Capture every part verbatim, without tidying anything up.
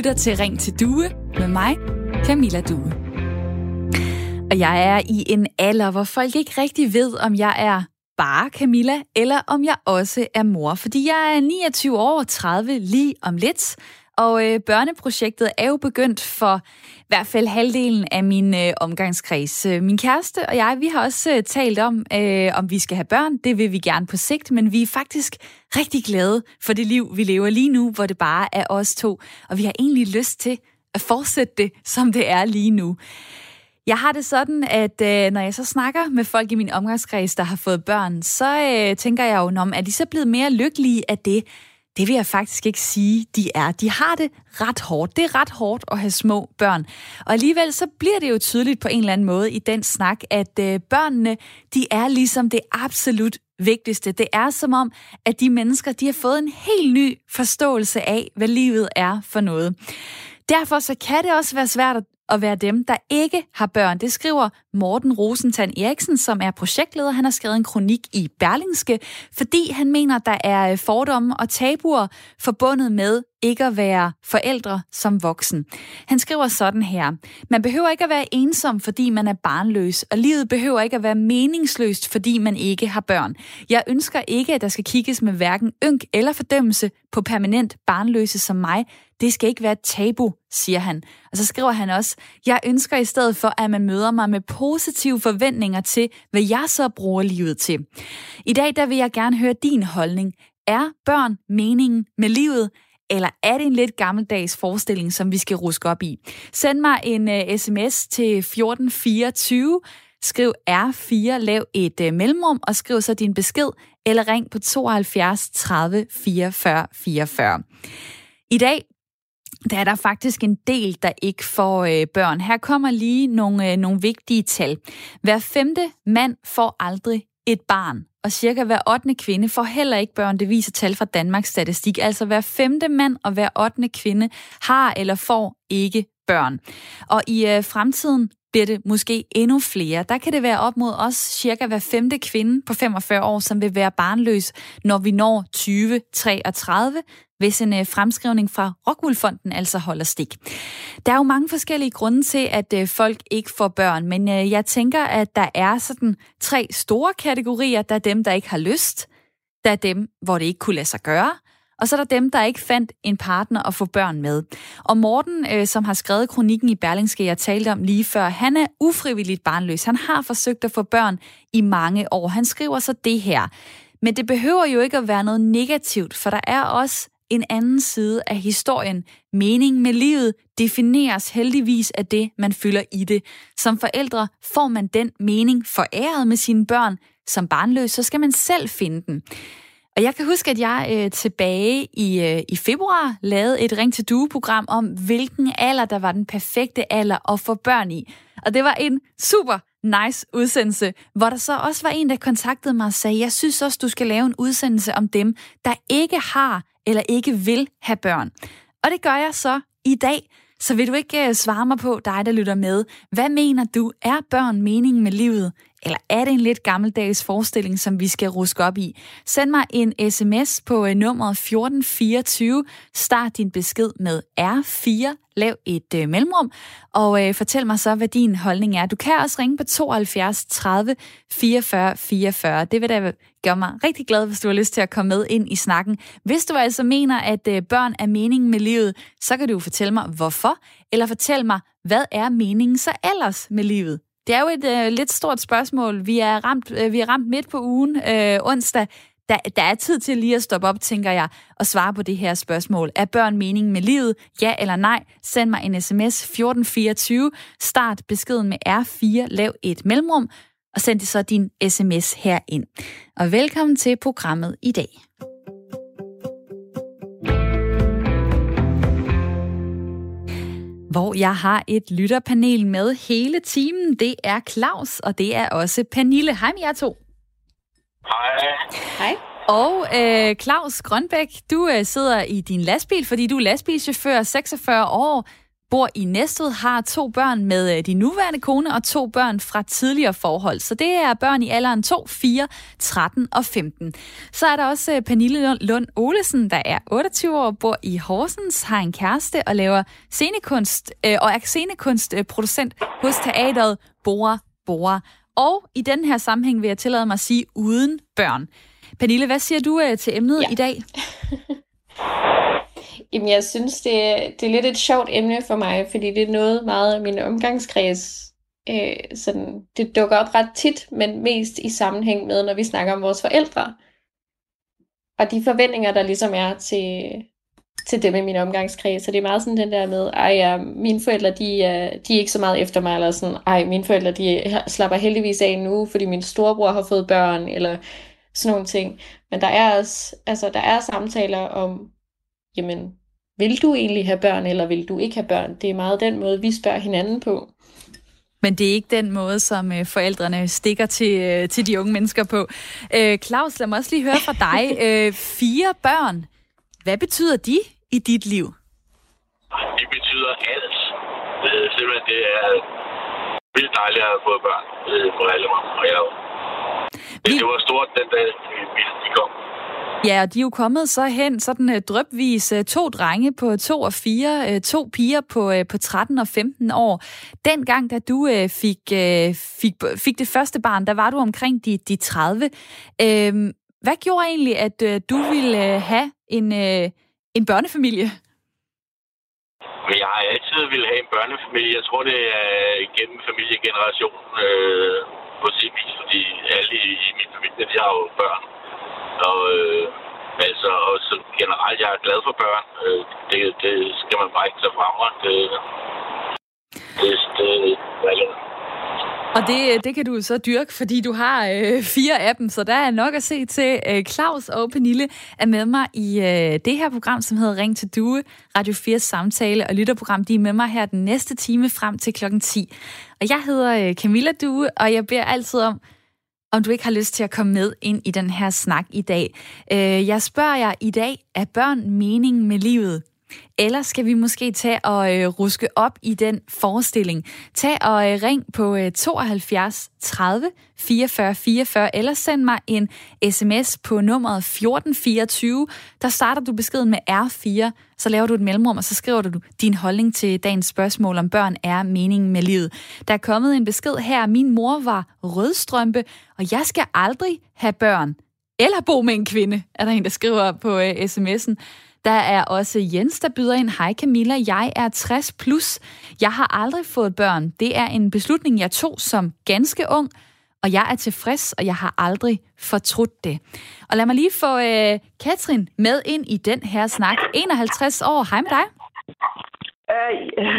lytter til Ring til Due med mig, Camilla Due. Og jeg er i en alder, hvor folk ikke rigtig ved, om jeg er bare Camilla, eller om jeg også er mor. Fordi jeg er niogtyve år, tredive lige om lidt, og øh, børneprojektet er jo begyndt for i hvert fald halvdelen af min øh, omgangskreds. Min kæreste og jeg, vi har også øh, talt om, øh, om vi skal have børn. Det vil vi gerne på sigt, men vi er faktisk rigtig glade for det liv, vi lever lige nu, hvor det bare er os to. Og vi har egentlig lyst til at fortsætte det, som det er lige nu. Jeg har det sådan, at øh, når jeg så snakker med folk i min omgangskreds, der har fået børn, så øh, tænker jeg jo, er de så blevet mere lykkelige af det? Det vil jeg faktisk ikke sige, de er. De har det ret hårdt. Det er ret hårdt at have små børn. Og alligevel så bliver det jo tydeligt på en eller anden måde i den snak, at øh, børnene, de er ligesom det absolut vigtigste. Det er som om, at de mennesker, de har fået en helt ny forståelse af, hvad livet er for noget. Derfor så kan det også være svært at være dem, der ikke har børn. Det skriver Morten Rosenthal Eriksen, som er projektleder. Han har skrevet en kronik i Berlingske, fordi han mener, der er fordomme og tabuer forbundet med ikke at være forældre som voksen. Han skriver sådan her: Man behøver ikke at være ensom, fordi man er barnløs, og livet behøver ikke at være meningsløst, fordi man ikke har børn. Jeg ønsker ikke, at der skal kigges med hverken ynk eller fordømmelse på permanent barnløse som mig. Det skal ikke være et tabu, siger han. Og så skriver han også: Jeg ønsker i stedet for, at man møder mig med positive forventninger til, hvad jeg så bruger livet til. I dag der vil jeg gerne høre din holdning. Er børn meningen med livet? Eller er det en lidt gammeldags forestilling, som vi skal ruske op i? Send mig en uh, sms til fjorten fireogtyve. Skriv R fire, lav et uh, mellemrum, og skriv så din besked, eller ring på tooghalvfjerds tredive fireogfyrre fireogfyrre. I dag der er der faktisk en del, der ikke får øh, børn. Her kommer lige nogle, øh, nogle vigtige tal. Hver femte mand får aldrig et barn, og cirka hver ottende kvinde får heller ikke børn. Det viser tal fra Danmarks Statistik. Altså hver femte mand og hver ottende kvinde har eller får ikke børn. Og i øh, fremtiden bliver det måske endnu flere. Der kan det være op mod os cirka hver femte kvinde på femogfyrre år, som vil være barnløs, når vi når tyve treogtredive, hvis en øh, fremskrivning fra Rockwool Fonden altså holder stik. Der er jo mange forskellige grunde til, at øh, folk ikke får børn, men øh, jeg tænker, at der er sådan tre store kategorier. Der er dem, der ikke har lyst. Der er dem, hvor det ikke kunne lade sig gøre. Og så er der dem, der ikke fandt en partner at få børn med. Og Morten, øh, som har skrevet kronikken i Berlingske, jeg talte om lige før, han er ufrivilligt barnløs. Han har forsøgt at få børn i mange år. Han skriver så det her: Men det behøver jo ikke at være noget negativt, for der er også en anden side af historien. Meningen med livet defineres heldigvis af det, man fylder i det. Som forældre får man den mening foræret med sine børn. Som barnløs, så skal man selv finde den. Og jeg kan huske, at jeg øh, tilbage i, øh, i februar lavede et Ring til Due-program om, hvilken alder, der var den perfekte alder at få børn i. Og det var en super nice udsendelse, hvor der så også var en, der kontaktede mig og sagde: Jeg synes også, du skal lave en udsendelse om dem, der ikke har eller ikke vil have børn. Og det gør jeg så i dag. Så vil du ikke uh, svare mig på, dig der lytter med. Hvad mener du? Er børn meningen med livet? Eller er det en lidt gammeldags forestilling, som vi skal ruske op i? Send mig en sms på uh, nummeret fjorten fireogtyve. Start din besked med R fire. Lav et uh, mellemrum. Og uh, fortæl mig så, hvad din holdning er. Du kan også ringe på tooghalvfjerds tredive fireogfyrre fireogfyrre. Det vil da gøre mig rigtig glad, hvis du har lyst til at komme med ind i snakken. Hvis du altså mener, at uh, børn er meningen med livet, så kan du fortælle mig, hvorfor. Eller fortæl mig, hvad er meningen så ellers med livet? Det er jo et øh, lidt stort spørgsmål. Vi er ramt, øh, vi er ramt midt på ugen, øh, onsdag. Der, der er tid til lige at stoppe op, tænker jeg, og svare på det her spørgsmål. Er børn meningen med livet? Ja eller nej? Send mig en sms fjorten fireogtyve. Start beskeden med R fire. Lav et mellemrum, og send det så din sms herind. Og velkommen til programmet i dag. Hvor jeg har et lytterpanel med hele timen. Det er Claus, og det er også Pernille. Hej med jer to. Hej. Hej. Og øh, Claus Grønbæk, du øh, sidder i din lastbil, fordi du er lastbilchauffør, seksogfyrre år. bor i Næstved, har to børn med øh, din nuværende kone og to børn fra tidligere forhold. Så det er børn i alderen to, fire, tretten og femten. Så er der også øh, Pernille Lund Olesen, der er otteogtyve år, bor i Horsens, har en kæreste og laver scenekunst, øh, og er scenekunstproducent hos teateret Bora Bora. Og i den her sammenhæng vil jeg tillade mig at sige uden børn. Pernille, hvad siger du øh, til emnet ja. i dag? Jamen, jeg synes, det er, det er lidt et sjovt emne for mig, fordi det er noget meget af min omgangskreds. Øh, sådan, det dukker op ret tit, men mest i sammenhæng med, når vi snakker om vores forældre. Og de forventninger, der ligesom er til, til dem i min omgangskreds. Så det er meget sådan den der med, ej ja, mine forældre, de er, de er ikke så meget efter mig, eller sådan, ej, mine forældre, de slapper heldigvis af nu, fordi min storebror har fået børn, eller sådan nogle ting. Men der er også, altså, der er samtaler om, jamen, vil du egentlig have børn, eller vil du ikke have børn? Det er meget den måde, vi spørger hinanden på. Men det er ikke den måde, som øh, forældrene stikker til, øh, til de unge mennesker på. Øh, Claus, lad mig også lige høre fra dig. Øh, fire børn. Hvad betyder de i dit liv? Det betyder alt. Det er simpelthen, det er vildt dejligt at have fået børn for alle mig. Og jeg, det, det var stort den dag, vi kom. Ja, og de er jo kommet så hen, sådan uh, drypvis, uh, to drenge på to og fire, uh, to piger på, uh, på tretten og femten år. Dengang, da du uh, fik, uh, fik, fik det første barn, der var du omkring de, de tredive. Uh, hvad gjorde egentlig, at uh, du ville uh, have en, uh, en børnefamilie? Jeg har altid ville have en børnefamilie. Jeg tror, det er gennem familiegenerationen øh, på sin vis, fordi alle i, i min familie, de har jo børn. Og øh, altså, og så generelt, jeg er glad for børn. Øh, det, det skal man bare ikke tage fra mig. Det, det, det, det, og det, det kan du så dyrke, fordi du har øh, fire af dem, så der er nok at se til. Øh, Claus og Pernille er med mig i øh, det her program, som hedder Ring til Due, Radio fires samtale og lytterprogram. De er med mig her den næste time frem til klokken ti. Og jeg hedder øh, Camilla Due, og jeg beder altid om, om du ikke har lyst til at komme med ind i den her snak i dag. Øh, jeg spørger jer i dag, er børn meningen med livet? Eller skal vi måske tage og øh, ruske op i den forestilling? Tag og øh, ring på øh, tooghalvfjerds tredive fireogfyrre fireogfyrre, eller send mig en sms på nummeret fjorten fireogtyve. Der starter du beskeden med R fire, så laver du et mellemrum, og så skriver du din holdning til dagens spørgsmål, om børn er meningen med livet. Der er kommet en besked her. Min mor var rødstrømpe, og jeg skal aldrig have børn. Eller bo med en kvinde, er der en, der skriver på øh, sms'en. Der er også Jens, der byder ind. Hej Camilla, jeg er tres plus. Jeg har aldrig fået børn. Det er en beslutning, jeg tog som ganske ung, og jeg er tilfreds, og jeg har aldrig fortrudt det. Og lad mig lige få øh, Katrin med ind i den her snak. enoghalvtreds år. Hej med dig. Uh,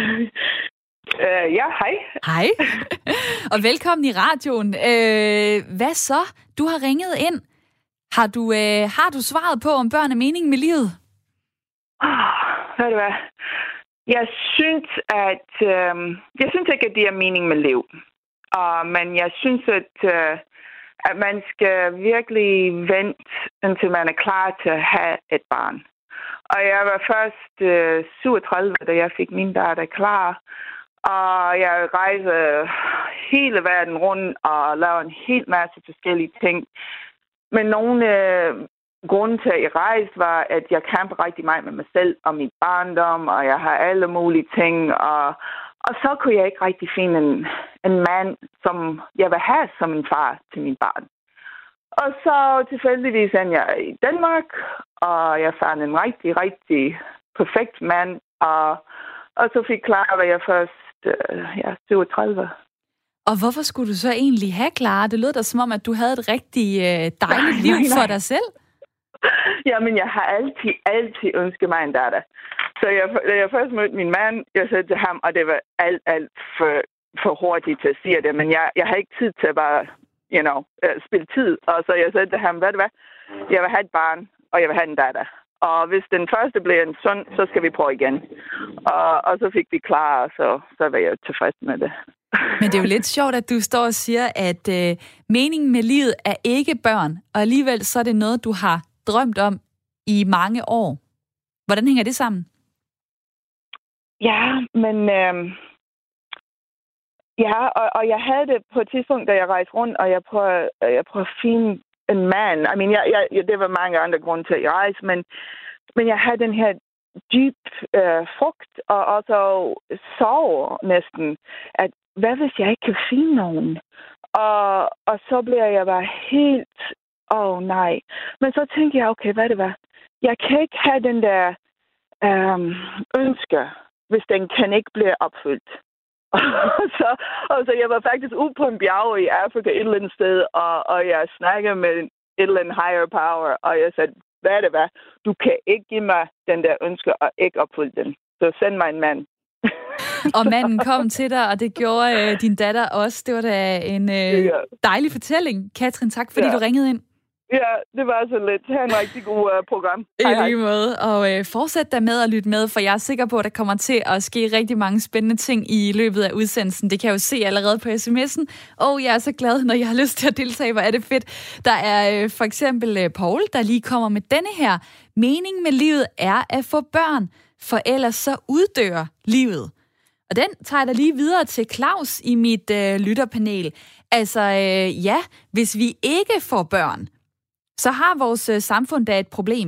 uh, ja, hej. Hej. Og velkommen i radioen. Uh, hvad så? Du har ringet ind. Har du, uh, har du svaret på, om børn er meningen med livet? Oh, ved du hvad? Jeg synes, at øh, jeg synes ikke, at det er mening med liv. Uh, men jeg synes, at, uh, at man skal virkelig vente, indtil man er klar til at have et barn. Og jeg var først uh, syvogtredive, da jeg fik min datter klar. Og jeg rejste hele verden rundt og lavede en hel masse forskellige ting. Men nogle øh, grunden til, at jeg rejste, var, at jeg kæmpede rigtig meget med mig selv og min barndom, og jeg har alle mulige ting. Og, og så kunne jeg ikke rigtig finde en, en mand, som jeg vil have som en far til min barn. Og så tilfældigvis er jeg i Danmark, og jeg fandt en rigtig, rigtig perfekt mand. Og, og så fik Clara, var jeg først øh, ja, syvogtredive. Og hvorfor skulle du så egentlig have Clara? Det lød da som om, at du havde et rigtig øh, dejligt liv nej, nej. for dig selv. Jamen, jeg har altid, altid ønsket mig en datter. Så jeg, da jeg først mødte min mand, jeg sagde til ham, og det var alt, alt for, for hurtigt til at sige det, men jeg, jeg har ikke tid til at bare, you know, spille tid. Og så jeg sagde til ham, hvad det var? Jeg vil have et barn, og jeg vil have en datter. Og hvis den første bliver en søn, så skal vi prøve igen. Og, og så fik vi klar, og så, så var jeg tilfreds med det. Men det er jo lidt sjovt, at du står og siger, at øh, meningen med livet er ikke børn, og alligevel så er det noget, du har drømt om i mange år. Hvordan hænger det sammen? ja, men øh, ja, og, og jeg havde det på et tidspunkt, da jeg rejste rundt, og jeg prøver, jeg prøver at finde en mand. I mean, jeg, jeg, det var mange andre grunde til at rejse, men, men jeg havde den her dyb øh, frugt, og også sorg næsten, at hvad hvis jeg ikke kan finde nogen? Og, og så bliver jeg bare helt, åh oh, nej. Men så tænkte jeg, okay, hvad det var? Jeg kan ikke have den der øhm, ønske, hvis den kan ikke blive opfyldt. så, og så jeg var faktisk ude på en bjerg i Afrika et eller andet sted, og, og jeg snakkede med et eller andet higher power, og jeg sagde, hvad er det hvad? Du kan ikke give mig den der ønske og ikke opfylde den. Så send mig en mand. Og manden kom til dig, og det gjorde øh, din datter også. Det var da en øh, dejlig fortælling. Katrin, tak fordi ja. du ringede ind. Ja, det var så lidt. Det er en rigtig god uh, program. Hej, hej. I lige måde. Og øh, fortsæt da med at lytte med, for jeg er sikker på, at der kommer til at ske rigtig mange spændende ting i løbet af udsendelsen. Det kan jeg jo se allerede på sms'en. Og jeg er så glad, når jeg har lyst til at deltage. Hvor er det fedt. Der er øh, for eksempel øh, Paul, der lige kommer med denne her. Meningen med livet er at få børn, for ellers så uddør livet. Og den tager jeg da lige videre til Claus i mit øh, lytterpanel. Altså, øh, ja, hvis vi ikke får børn, så har vores øh, samfund da et problem.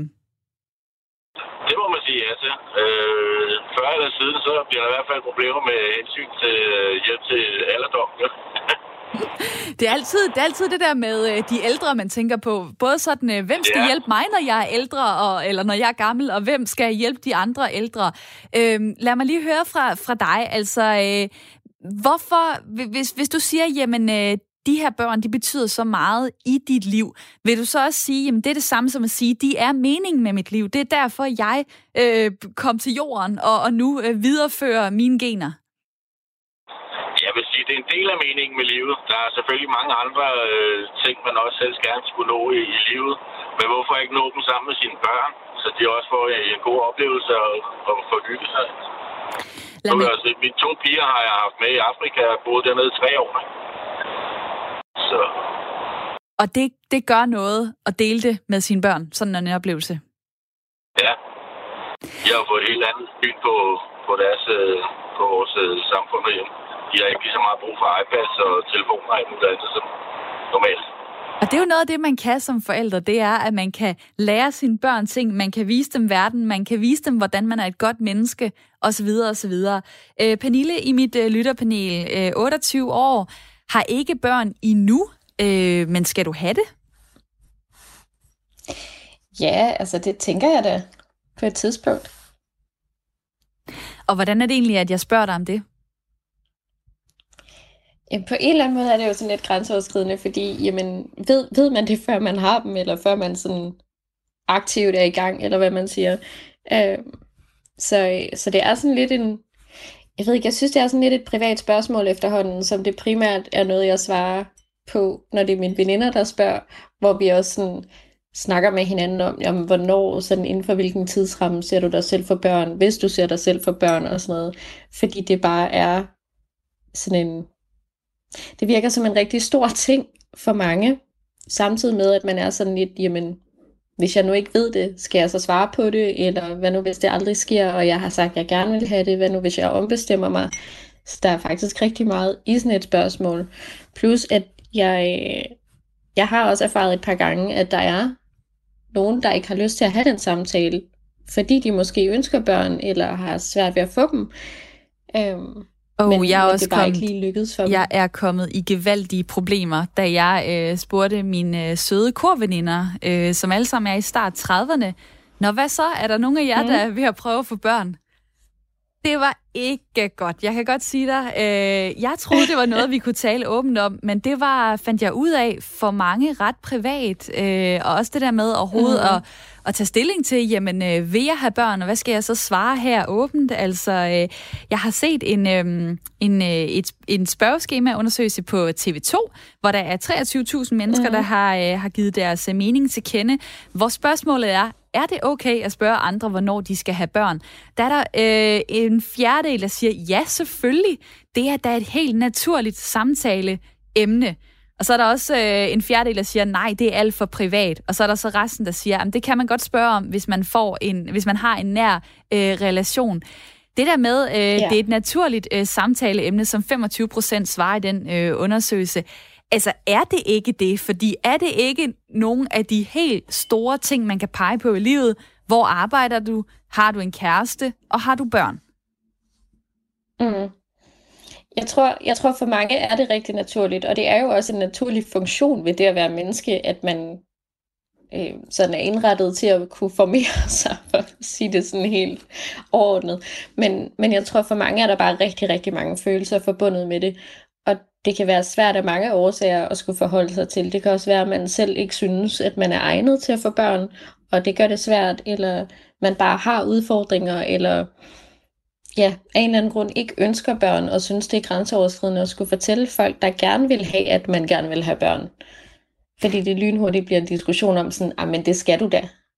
Det må man sige ja til. Øh, før eller siden, så bliver der i hvert fald problemer med hensyn til øh, hjælp til alderdom. Det er, altid, det er altid det der med øh, de ældre, man tænker på. Både sådan, øh, hvem skal ja. hjælpe mig, når jeg er ældre, og, eller når jeg er gammel, og hvem skal hjælpe de andre ældre? Øh, lad mig lige høre fra, fra dig. Altså, øh, hvorfor, hvis, hvis du siger, jamen, øh, de her børn, de betyder så meget i dit liv, vil du så også sige, jamen det er det samme som at sige, de er meningen med mit liv. Det er derfor, jeg øh, kom til jorden og, og nu øh, viderefører mine gener. Jeg vil sige, det er en del af meningen med livet. Der er selvfølgelig mange andre øh, ting, man også selv gerne skulle nå i, i livet. Men hvorfor ikke nå dem sammen med sine børn, så de også får en god oplevelse og, og får hygge sig? Så, altså, mine to piger har jeg haft med i Afrika og boet dernede i tre år. Så. Og det, det gør noget at dele det med sine børn, sådan en oplevelse? Ja. Jeg har fået et helt andet syn på, på, deres, på vores samfund hjemme. De har ikke lige så meget brug for iPads og telefoner og alt som normalt. Og det er jo noget af det, man kan som forældre, det er, at man kan lære sine børn ting, man kan vise dem verden, man kan vise dem, hvordan man er et godt menneske, osv. osv. Øh, Pernille i mit øh, lytterpanel, øh, otteogtyve år, har ikke børn endnu, øh, men skal du have det? Ja, altså det tænker jeg da på et tidspunkt. Og hvordan er det egentlig, at jeg spørger dig om det? Ja, på en eller anden måde er det jo sådan lidt grænseoverskridende, fordi jamen, ved, ved man det, før man har dem, eller før man sådan aktivt er i gang, eller hvad man siger. Øh, så, så det er sådan lidt en... Jeg ved ikke, jeg synes, det er sådan lidt et privat spørgsmål efterhånden, som det primært er noget, jeg svarer på, når det er mine veninder, der spørger, hvor vi også sådan snakker med hinanden om, jamen, hvornår, sådan inden for hvilken tidsramme ser du dig selv for børn, hvis du ser dig selv for børn og sådan noget. Fordi det bare er sådan en... Det virker som en rigtig stor ting for mange, samtidig med, at man er sådan lidt, jamen, hvis jeg nu ikke ved det, skal jeg så svare på det, eller hvad nu hvis det aldrig sker, og jeg har sagt, at jeg gerne vil have det, hvad nu hvis jeg ombestemmer mig. Så der er faktisk rigtig meget i sådan et spørgsmål. Plus at jeg, jeg har også erfaret et par gange, at der er nogen, der ikke har lyst til at have den samtale, fordi de måske ønsker børn, eller har svært ved at få dem. Øhm, Oh, men jeg er også det bare kommet, ikke lige lykkedes for jeg er kommet i gevaldige problemer, da jeg øh, spurgte mine øh, søde korveninder, øh, som alle sammen er i start trediverne. Nå, hvad så? Er der nogen af jer, mm. der er ved at prøve at få børn? Det var ikke godt. Jeg kan godt sige dig, øh, jeg troede, det var noget, vi kunne tale åbent om, men det var, fandt jeg ud af, for mange ret privat. Øh, og også det der med overhovedet mm. at, at tage stilling til, jamen, øh, vil jeg have børn, og hvad skal jeg så svare her åbent? Altså, øh, jeg har set en, øh, en, øh, et, en spørgeskema-undersøgelse på T V to, hvor der er treogtyve tusind mennesker, mm. der har, øh, har givet deres øh, mening til kende. Hvor spørgsmålet er, er det okay at spørge andre, hvornår de skal have børn? Der er der øh, en fjerdedel, der siger, ja, selvfølgelig. Det er da et helt naturligt samtaleemne. Og så er der også øh, en fjerdedel, der siger, nej, det er alt for privat. Og så er der så resten, der siger, at det kan man godt spørge om, hvis man, får en, hvis man har en nær øh, relation. Det der med, øh, Ja. det er et naturligt øh, samtaleemne, som femogtyve procent svarer i den øh, undersøgelse. Altså, er det ikke det? Fordi er det ikke nogen af de helt store ting, man kan pege på i livet? Hvor arbejder du? Har du en kæreste? Og har du børn? Mm. Jeg tror, jeg tror for mange er det rigtig naturligt, og det er jo også en naturlig funktion ved det at være menneske, at man øh, sådan er indrettet til at kunne formere sig, for at sige det sådan helt overordnet. Men, men jeg tror for mange er der bare rigtig, rigtig mange følelser forbundet med det, og det kan være svært af mange årsager at skulle forholde sig til. Det kan også være, at man selv ikke synes, at man er egnet til at få børn, og det gør det svært, eller man bare har udfordringer, eller ja, af en eller anden grund ikke ønsker børn, og synes, det er grænseoverskridende at skulle fortælle folk, der gerne vil have, at man gerne vil have børn. Fordi det lynhurtigt bliver en diskussion om sådan, ah, men det skal du da.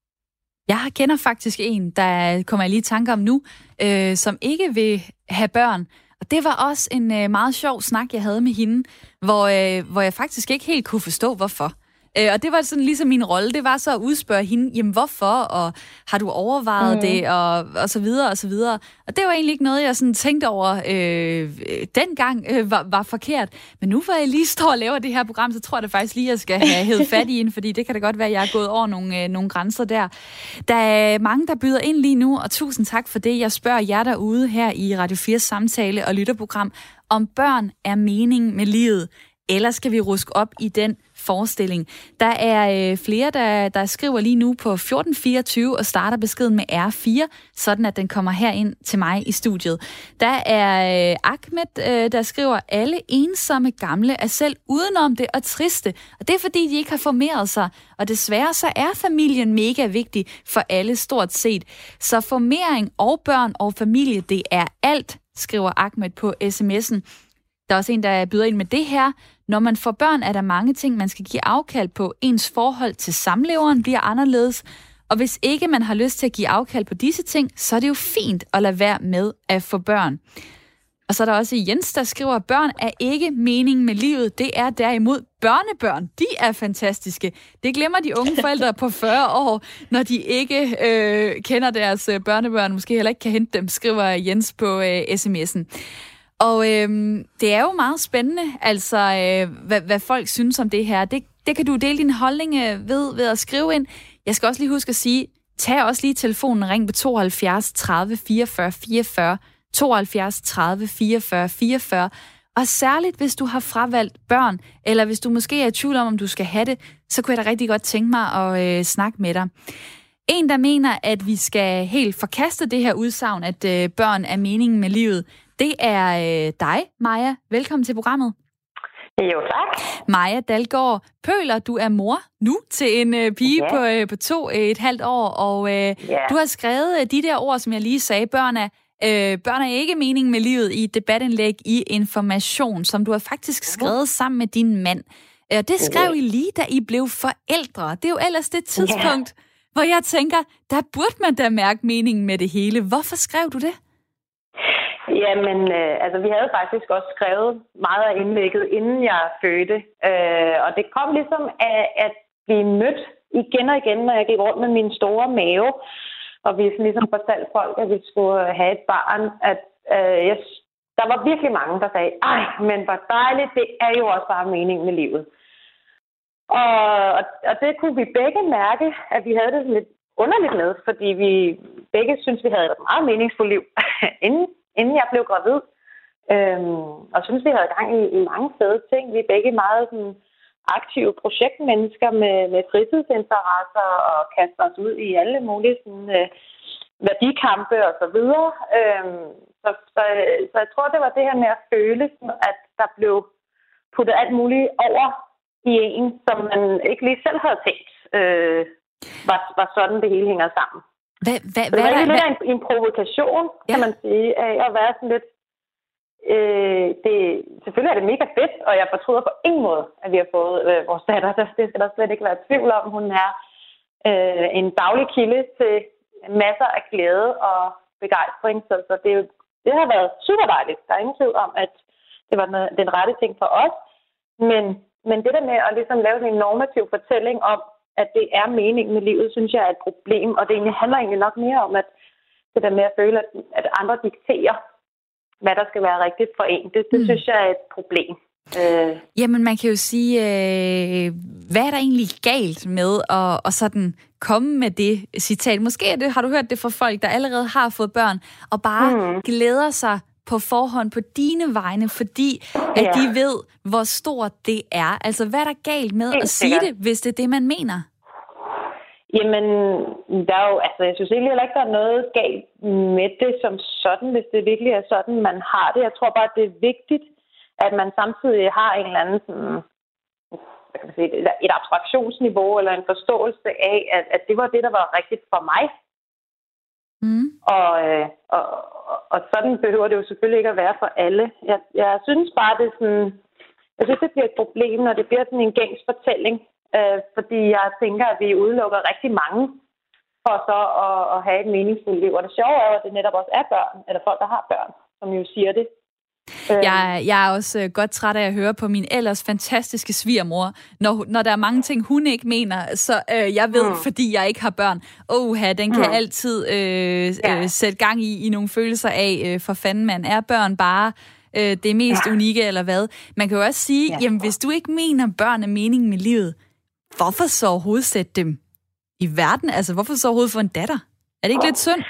Jeg kender faktisk en, der kommer jeg lige i tanke om nu, øh, som ikke vil have børn. Og det var også en øh, meget sjov snak, jeg havde med hende, hvor, øh, hvor jeg faktisk ikke helt kunne forstå, hvorfor. Øh, og det var sådan ligesom min rolle, det var så at udspørge hende, jamen hvorfor, og har du overvejet mm. det, og, og så videre, og så videre. Og det var egentlig ikke noget, jeg sådan tænkte over øh, dengang øh, var, var forkert. Men nu hvor jeg lige står og laver det her program, så tror jeg da faktisk lige, at jeg skal have hævet fat i hende, fordi det kan da godt være, at jeg er gået over nogle, øh, nogle grænser der. Der er mange, der byder ind lige nu, og tusind tak for det. Jeg spørger jer derude her i Radio fires samtale- og lytterprogram, om børn er meningen med livet. Eller skal vi ruske op i den forestilling? Der er øh, flere, der, der skriver lige nu på fjorten fireogtyve og starter beskeden med R fire, sådan at den kommer herind til mig i studiet. Der er øh, Ahmed, øh, der skriver, alle ensomme gamle er selv udenom det og triste. Og det er fordi, de ikke har formeret sig. Og desværre så er familien mega vigtig for alle stort set. Så formering og børn og familie, det er alt, skriver Ahmed på sms'en. Der er også en, der byder ind med det her. Når man får børn, er der mange ting, man skal give afkald på. Ens forhold til samleveren bliver anderledes. Og hvis ikke man har lyst til at give afkald på disse ting, så er det jo fint at lade være med at få børn. Og så er der også Jens, der skriver, at børn er ikke meningen med livet. Det er derimod børnebørn. De er fantastiske. Det glemmer de unge forældre på fyrre år, når de ikke øh, kender deres børnebørn. Måske heller ikke kan hente dem, skriver Jens på øh, sms'en. Og øhm, det er jo meget spændende, altså øh, hvad, hvad folk synes om det her. Det, det kan du dele din holdning øh, ved, ved at skrive ind. Jeg skal også lige huske at sige, tag også lige telefonen og ring på tooghalvfjerds tredive fireogfyrre fireogfyrre, tooghalvfjerds tredive fireogfyrre fireogfyrre. Og særligt, hvis du har fravalgt børn, eller hvis du måske er i tvivl om, om du skal have det, så kunne jeg da rigtig godt tænke mig at øh, snakke med dig. En, der mener, at vi skal helt forkaste det her udsagn, at øh, børn er meningen med livet, det er øh, dig, Maja. Velkommen til programmet. Jo, tak. Maja Dalgaard Pøler, du er mor nu til en øh, pige ja. på, øh, på to øh, et halvt år, og øh, ja. du har skrevet øh, de der ord, som jeg lige sagde, børn er, øh, børn er ikke meningen med livet, i et debatindlæg i Information, som du har faktisk skrevet sammen med din mand. Og øh, det skrev ja. I lige, da I blev forældre. Det er jo ellers det tidspunkt, ja. hvor jeg tænker, der burde man da mærke meningen med det hele. Hvorfor skrev du det? Jamen, øh, altså vi havde faktisk også skrevet meget af indlægget, inden jeg fødte. Øh, og det kom ligesom af, at vi mødte igen og igen, når jeg gik rundt med min store mave. Og vi ligesom fortalte folk, at vi skulle have et barn. At, øh, jeg, der var virkelig mange, der sagde, ej, men hvor dejligt, det er jo også bare meningen med livet. Og, og, og det kunne vi begge mærke, at vi havde det lidt underligt med, fordi vi begge synes vi havde et meget meningsfuldt liv inden. inden jeg blev gravid, øhm, og synes, vi havde gang i, i mange fede ting. Vi er begge meget sådan, aktive projektmennesker med, med fritidsinteresser og kaster os ud i alle mulige sådan, øh, værdikampe og så videre. Øhm, så, så, så jeg tror, det var det her med at føle, at der blev puttet alt muligt over i en, som man ikke lige selv havde tænkt, øh, var, var sådan, det hele hænger sammen. Hvad, hvad, det var hvad, lidt hvad? en, en provokation, ja. kan man sige, af at være sådan lidt... Øh, det, selvfølgelig er det mega fedt, og jeg fortryder på ingen måde, at vi har fået øh, vores datter. Det skal der slet ikke være tvivl om. Hun er øh, en daglig kilde til masser af glæde og begejstring, så, så det, er jo, det har været super dejligt. Der er ingen tvivl om, at det var noget, den rette ting for os. Men, men det der med at ligesom lave en normativ fortælling om, at det er meningen med livet, synes jeg er et problem. Og det egentlig handler egentlig nok mere om, at det der med at føle, at, at andre dikterer, hvad der skal være rigtigt for en, det, det mm. synes jeg er et problem. Øh. Jamen, man kan jo sige, øh, hvad er der egentlig galt med at, at sådan komme med det citat? Måske er det, har du hørt det fra folk, der allerede har fået børn, og bare mm. glæder sig på forhånd på dine vegne, fordi at ja. de ved, hvor stort det er. Altså, hvad er der galt med Helt at sige sikkert. det, hvis det er det, man mener? Jamen, der er jo, altså, jeg synes egentlig heller ikke, der er noget galt med det som sådan, hvis det virkelig er sådan, man har det. Jeg tror bare, at det er vigtigt, at man samtidig har en eller anden sådan, hvad kan man sige, et abstraktionsniveau eller en forståelse af, at, at det var det, der var rigtigt for mig. Mm. Og, og, og, og sådan behøver det jo selvfølgelig ikke at være for alle. Jeg, jeg synes bare, det er sådan, jeg synes, det bliver et problem, når det bliver sådan en gængs fortælling. Øh, fordi jeg tænker, at vi udelukker rigtig mange for så at, at have et meningsfuldt liv. Og det sjove er jo, at det netop også er børn, eller folk, der har børn, som jo siger det. Jeg, jeg er også godt træt af at høre på min ellers fantastiske svigermor, når, når der er mange ting, hun ikke mener, så øh, jeg ved, mm. fordi jeg ikke har børn, åha, den kan mm. altid øh, ja. øh, sætte gang i, i nogle følelser af, øh, for fanden man er børn bare øh, det mest ja. unikke, eller hvad. Man kan jo også sige, ja. jamen hvis du ikke mener, børn er meningen med livet, hvorfor så overhovedet sætte dem i verden? Altså, hvorfor så overhovedet få en datter? Er det ikke lidt synd?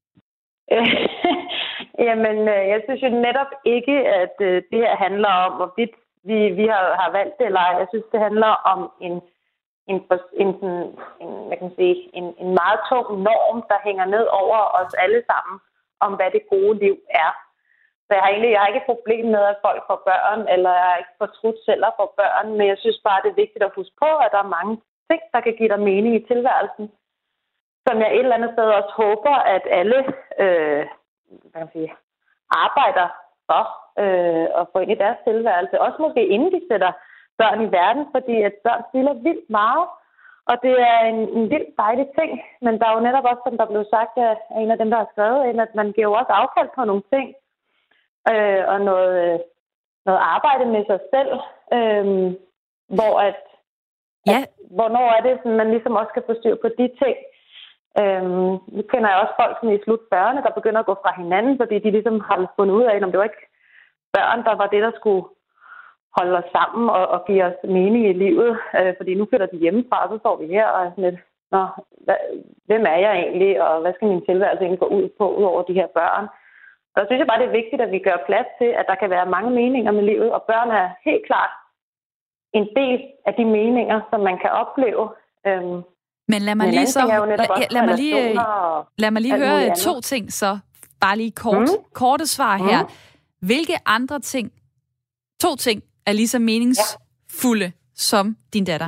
Jamen, jeg synes jo netop ikke, at det her handler om, hvorvidt vi, vi har, har valgt det eller ej. Jeg synes, det handler om en, en, en, en, hvad kan man sige, en, en meget tung norm, der hænger ned over os alle sammen, om hvad det gode liv er. Så jeg har egentlig jeg har ikke et problem med, at folk får børn, eller jeg har ikke fortrudt selv at få børn, men jeg synes bare, det er vigtigt at huske på, at der er mange ting, der kan give dig mening i tilværelsen, som jeg et eller andet sted også håber, at alle øh, hvad kan man sige, arbejder for øh, at få ind i deres tilværelse. Også måske inden de sætter børn i verden, fordi at børn spiller vildt meget, og det er en, en vildt dejlig ting. Men der er jo netop også, som der blev sagt af en af dem, der har skrevet ind, at man giver jo også afkald på nogle ting, øh, og noget, noget arbejde med sig selv, øh, hvor at, ja. at hvornår er det, man ligesom også skal få styr på de ting. Øhm, nu kender jeg også folk som i slut fyrrerne, der begynder at gå fra hinanden, fordi de ligesom har fundet ud af, om det var ikke børn, der var det, der skulle holde os sammen og, og give os mening i livet. Øh, fordi nu flytter de hjemmefra, og så står vi her og er sådan lidt, nå, hvad, hvem er jeg egentlig, og hvad skal min tilværelse egentlig gå ud på, ud over de her børn? Og så synes jeg bare, det er vigtigt, at vi gør plads til, at der kan være mange meninger med livet, og børn er helt klart en del af de meninger, som man kan opleve. Øhm, Men lad mig lige så lad, lad mig lige lad mig lige høre to ting så bare lige kort mm. korte svar her. Mm. Hvilke andre ting to ting er lige så meningsfulde ja. som din datter?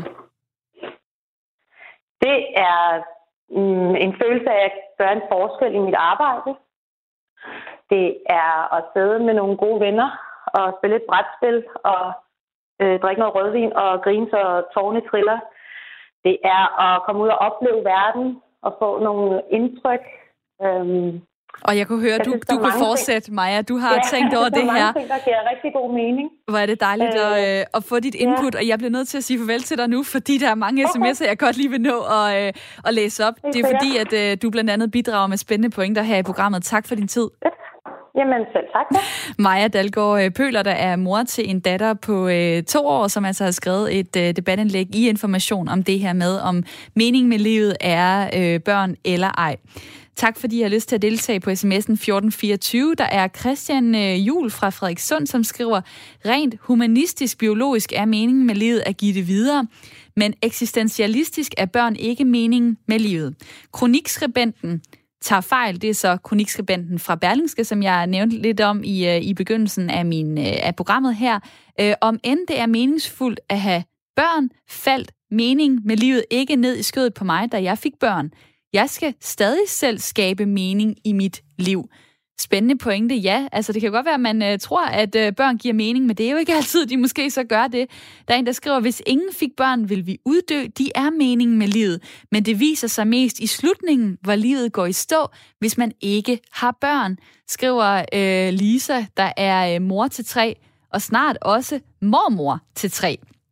Det er mm, en følelse af at gøre en forskel i mit arbejde. Det er at sidde med nogle gode venner og spille et brætspil og øh, drikke noget rødvin og grine så tårerne triller. Det er at komme ud og opleve verden og få nogle indtryk. Øhm, og jeg kunne høre, at du, du kunne fortsætte, ting. Maja. Du har ja, tænkt over det her. Ting, der giver rigtig god mening. Hvor er det dejligt øh, at, øh, at få dit input, ja. og jeg bliver nødt til at sige farvel til dig nu, fordi der er mange okay. sms'er, jeg godt lige vil nå at, øh, at læse op. Det er fordi, at øh, du blandt andet bidrager med spændende pointer her i programmet. Tak for din tid. Jamen selv tak. Da. Maja Dalgaard Pøler, der er mor til en datter på øh, to år, som altså har skrevet et øh, debatindlæg i Information om det her med, om meningen med livet er øh, børn eller ej. Tak fordi I har lyst til at deltage på sms'en fjorten fireogtyve. Der er Christian øh, Juhl fra Frederikssund, som skriver, rent humanistisk biologisk er meningen med livet at give det videre, men eksistentialistisk er børn ikke meningen med livet. Kronikskribenten tager fejl. Det er så kronikskribenten fra Berlingske, som jeg nævnte lidt om i, i begyndelsen af, min, af programmet her. Øh, om end det er meningsfuldt at have børn, faldt mening med livet ikke ned i skødet på mig, da jeg fik børn. Jeg skal stadig selv skabe mening i mit liv. Spændende pointe, ja. Altså, det kan godt være, at man uh, tror, at uh, børn giver mening, men det er jo ikke altid, de måske så gør det. Der er en, der skriver, hvis ingen fik børn, vil vi uddø. De er meningen med livet. Men det viser sig mest i slutningen, hvor livet går i stå, hvis man ikke har børn. Skriver uh, Lisa, der er uh, mor til tre, og snart også mormor til tre.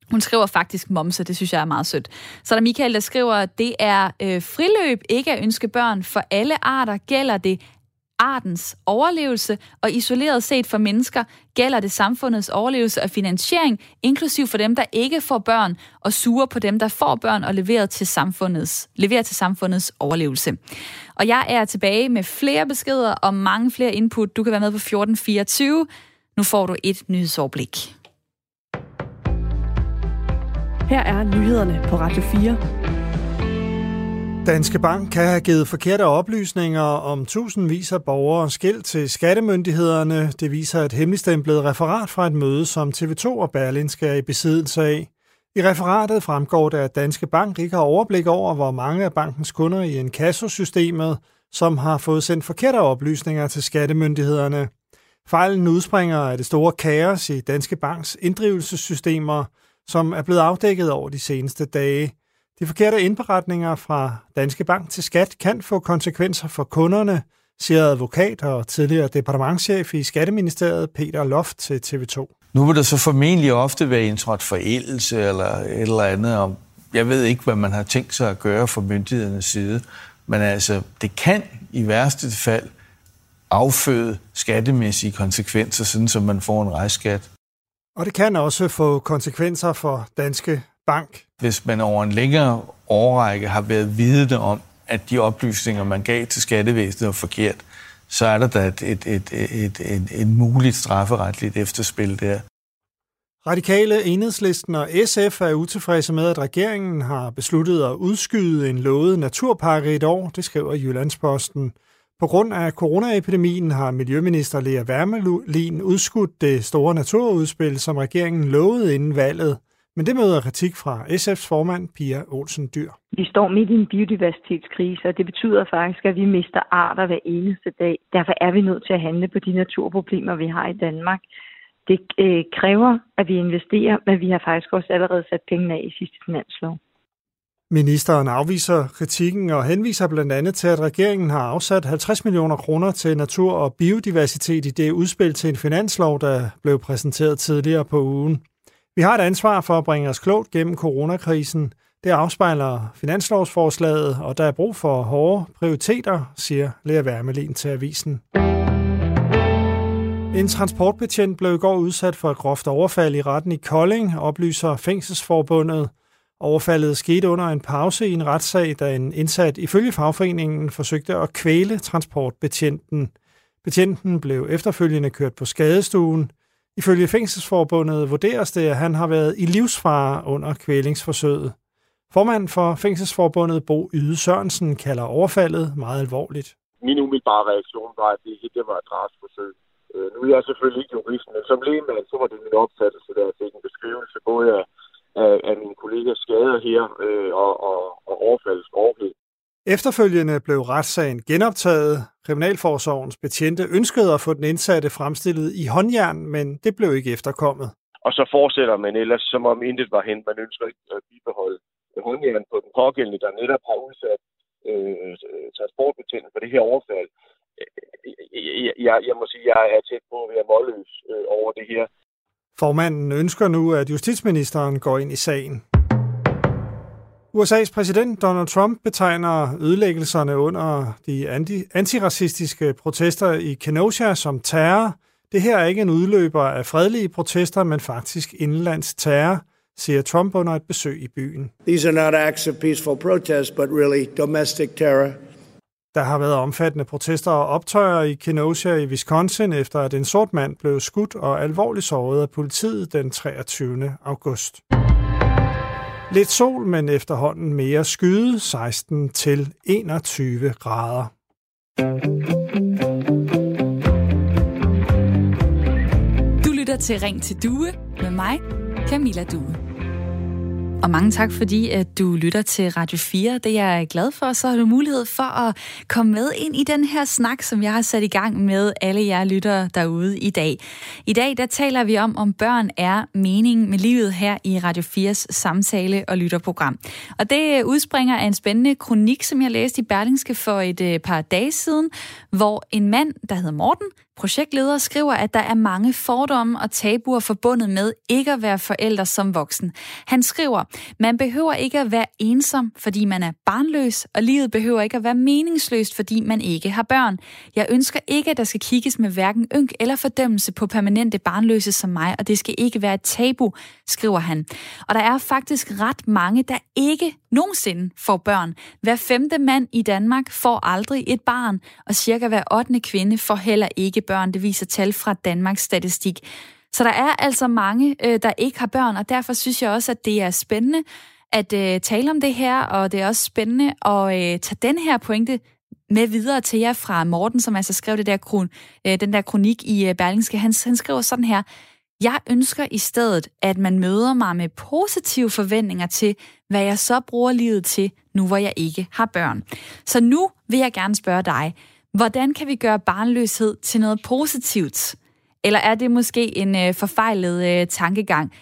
Hun skriver faktisk momse, det synes jeg er meget sødt. Så er der Michael, der skriver, at det er øh, friløb, ikke at ønske børn. For alle arter gælder det artens overlevelse, og isoleret set for mennesker gælder det samfundets overlevelse og finansiering, inklusiv for dem, der ikke får børn, og suger på dem, der får børn og leverer til samfundets, leverer til samfundets overlevelse. Og jeg er tilbage med flere beskeder og mange flere input. Du kan være med på fjorten fireogtyve. Nu får du et nyhedsoverblik. Her er nyhederne på Radio fire. Danske Bank kan have givet forkerte oplysninger om tusindvis af borgere skilt til skattemyndighederne. Det viser et hemmeligstemplet referat fra et møde, som T V to og Berlingske er i besiddelse af. I referatet fremgår det, at Danske Bank ikke har overblik over, hvor mange af bankens kunder i inkassosystemet, som har fået sendt forkerte oplysninger til skattemyndighederne. Fejlen udspringer af det store kaos i Danske Banks inddrivelsessystemer, som er blevet afdækket over de seneste dage. De forkerte indberetninger fra Danske Bank til skat kan få konsekvenser for kunderne, siger advokat og tidligere departementschef i Skatteministeriet Peter Loft til T V to. Nu vil der så formentlig ofte være indtrådt forældelse eller et eller andet om, jeg ved ikke, hvad man har tænkt sig at gøre fra myndighedernes side, men altså, det kan i værste fald afføde skattemæssige konsekvenser, sådan som man får en rejskat. Og det kan også få konsekvenser for Danske Bank. Hvis man over en længere årrække har været vidende om, at de oplysninger, man gav til skattevæsenet var forkert, så er der da et, et, et, et, et, et muligt strafferetligt efterspil der. Radikale, Enhedslisten og S F er utilfredse med, at regeringen har besluttet at udskyde en lovet naturpakke et år, det skriver Jyllandsposten. På grund af coronaepidemien har Miljøminister Lea Wermelin udskudt det store naturudspil, som regeringen lovede inden valget. Men det møder kritik fra S F's formand, Pia Olsen Dyhr. Vi står midt i en biodiversitetskrise, og det betyder faktisk, at vi mister arter hver eneste dag. Derfor er vi nødt til at handle på de naturproblemer, vi har i Danmark. Det øh, kræver, at vi investerer, men vi har faktisk også allerede sat pengene af i sidste finanslov. Ministeren afviser kritikken og henviser blandt andet til, at regeringen har afsat halvtreds millioner kroner til natur og biodiversitet i det udspil til en finanslov, der blev præsenteret tidligere på ugen. Vi har et ansvar for at bringe os klogt gennem coronakrisen. Det afspejler finanslovsforslaget, og der er brug for hårde prioriteter, siger Lea Wermelin til avisen. En transportbetjent blev i går udsat for et groft overfald i retten i Kolding, oplyser Fængselsforbundet. Overfaldet skete under en pause i en retssag, da en indsat ifølge fagforeningen forsøgte at kvæle transportbetjenten. Betjenten blev efterfølgende kørt på skadestuen. Ifølge Fængselsforbundet vurderes det, at han har været i livsfare under kvælingsforsøget. Formand for Fængselsforbundet, Bo Yde Sørensen, kalder overfaldet meget alvorligt. Min umiddelbare reaktion var, at det ikke det var et drabsforsøg. Nu er jeg selvfølgelig ikke jurist, men som lægmand, så var det min opfattelse, der jeg fik en beskrivelse både af, af, af mine kollegas skader her øh, og, og, og overfaldets grovhed. Efterfølgende blev retssagen genoptaget. Kriminalforsorgens betjente ønskede at få den indsatte fremstillet i håndjern, men det blev ikke efterkommet. Og så fortsætter man ellers, som om intet var hent. Man ønsker ikke at bibeholde håndjern på den pågældende, der netop har udsat øh, transportbetjenten for det her overfald. Jeg, jeg, jeg må sige, at jeg er tæt på at være målløs øh, over det her. Formanden ønsker nu, at justitsministeren går ind i sagen. U S A's præsident Donald Trump betegner ødelæggelserne under de anti- antiracistiske protester i Kenosha som terror. Det her er ikke en udløber af fredelige protester, men faktisk indenlands terror, siger Trump under et besøg i byen. These are not acts of peaceful protest, but really domestic terror. Der har været omfattende protester og optøjer i Kenosha i Wisconsin, efter at en sort mand blev skudt og alvorligt såret af politiet den treogtyvende august. Lidt sol, men efterhånden mere skyde, seksten til enogtyve grader. Du lytter til Ring til Due med mig, Camilla Due. Og mange tak, fordi at du lytter til Radio fire. Det er jeg glad for. Så har du mulighed for at komme med ind i den her snak, som jeg har sat i gang med alle jer lyttere derude i dag. I dag der taler vi om, om børn er meningen med livet her i Radio fires samtale- og lytterprogram. Og det udspringer af en spændende kronik, som jeg læste i Berlingske for et par dage siden, hvor en mand, der hedder Morten, projektleder, skriver, at der er mange fordomme og tabuer forbundet med ikke at være forælder som voksen. Han skriver, man behøver ikke at være ensom, fordi man er barnløs, og livet behøver ikke at være meningsløst, fordi man ikke har børn. Jeg ønsker ikke, at der skal kigges med hverken ynk eller fordømmelse på permanente barnløse som mig, og det skal ikke være et tabu, skriver han. Og der er faktisk ret mange, der ikke nogensinde får børn. Hver femte mand i Danmark får aldrig et barn, og cirka hver ottende kvinde får heller ikke børn. Det viser tal fra Danmarks Statistik. Så der er altså mange, øh, der ikke har børn, og derfor synes jeg også, at det er spændende at øh, tale om det her, og det er også spændende at øh, tage den her pointe med videre til jer fra Morten, som altså skrev det der kron, øh, den der kronik i øh, Berlingske. Han, han skriver sådan her: jeg ønsker i stedet, at man møder mig med positive forventninger til, hvad jeg så bruger livet til, nu hvor jeg ikke har børn. Så nu vil jeg gerne spørge dig, hvordan kan vi gøre barnløshed til noget positivt? Eller er det måske en øh, forfejlet øh, tankegang?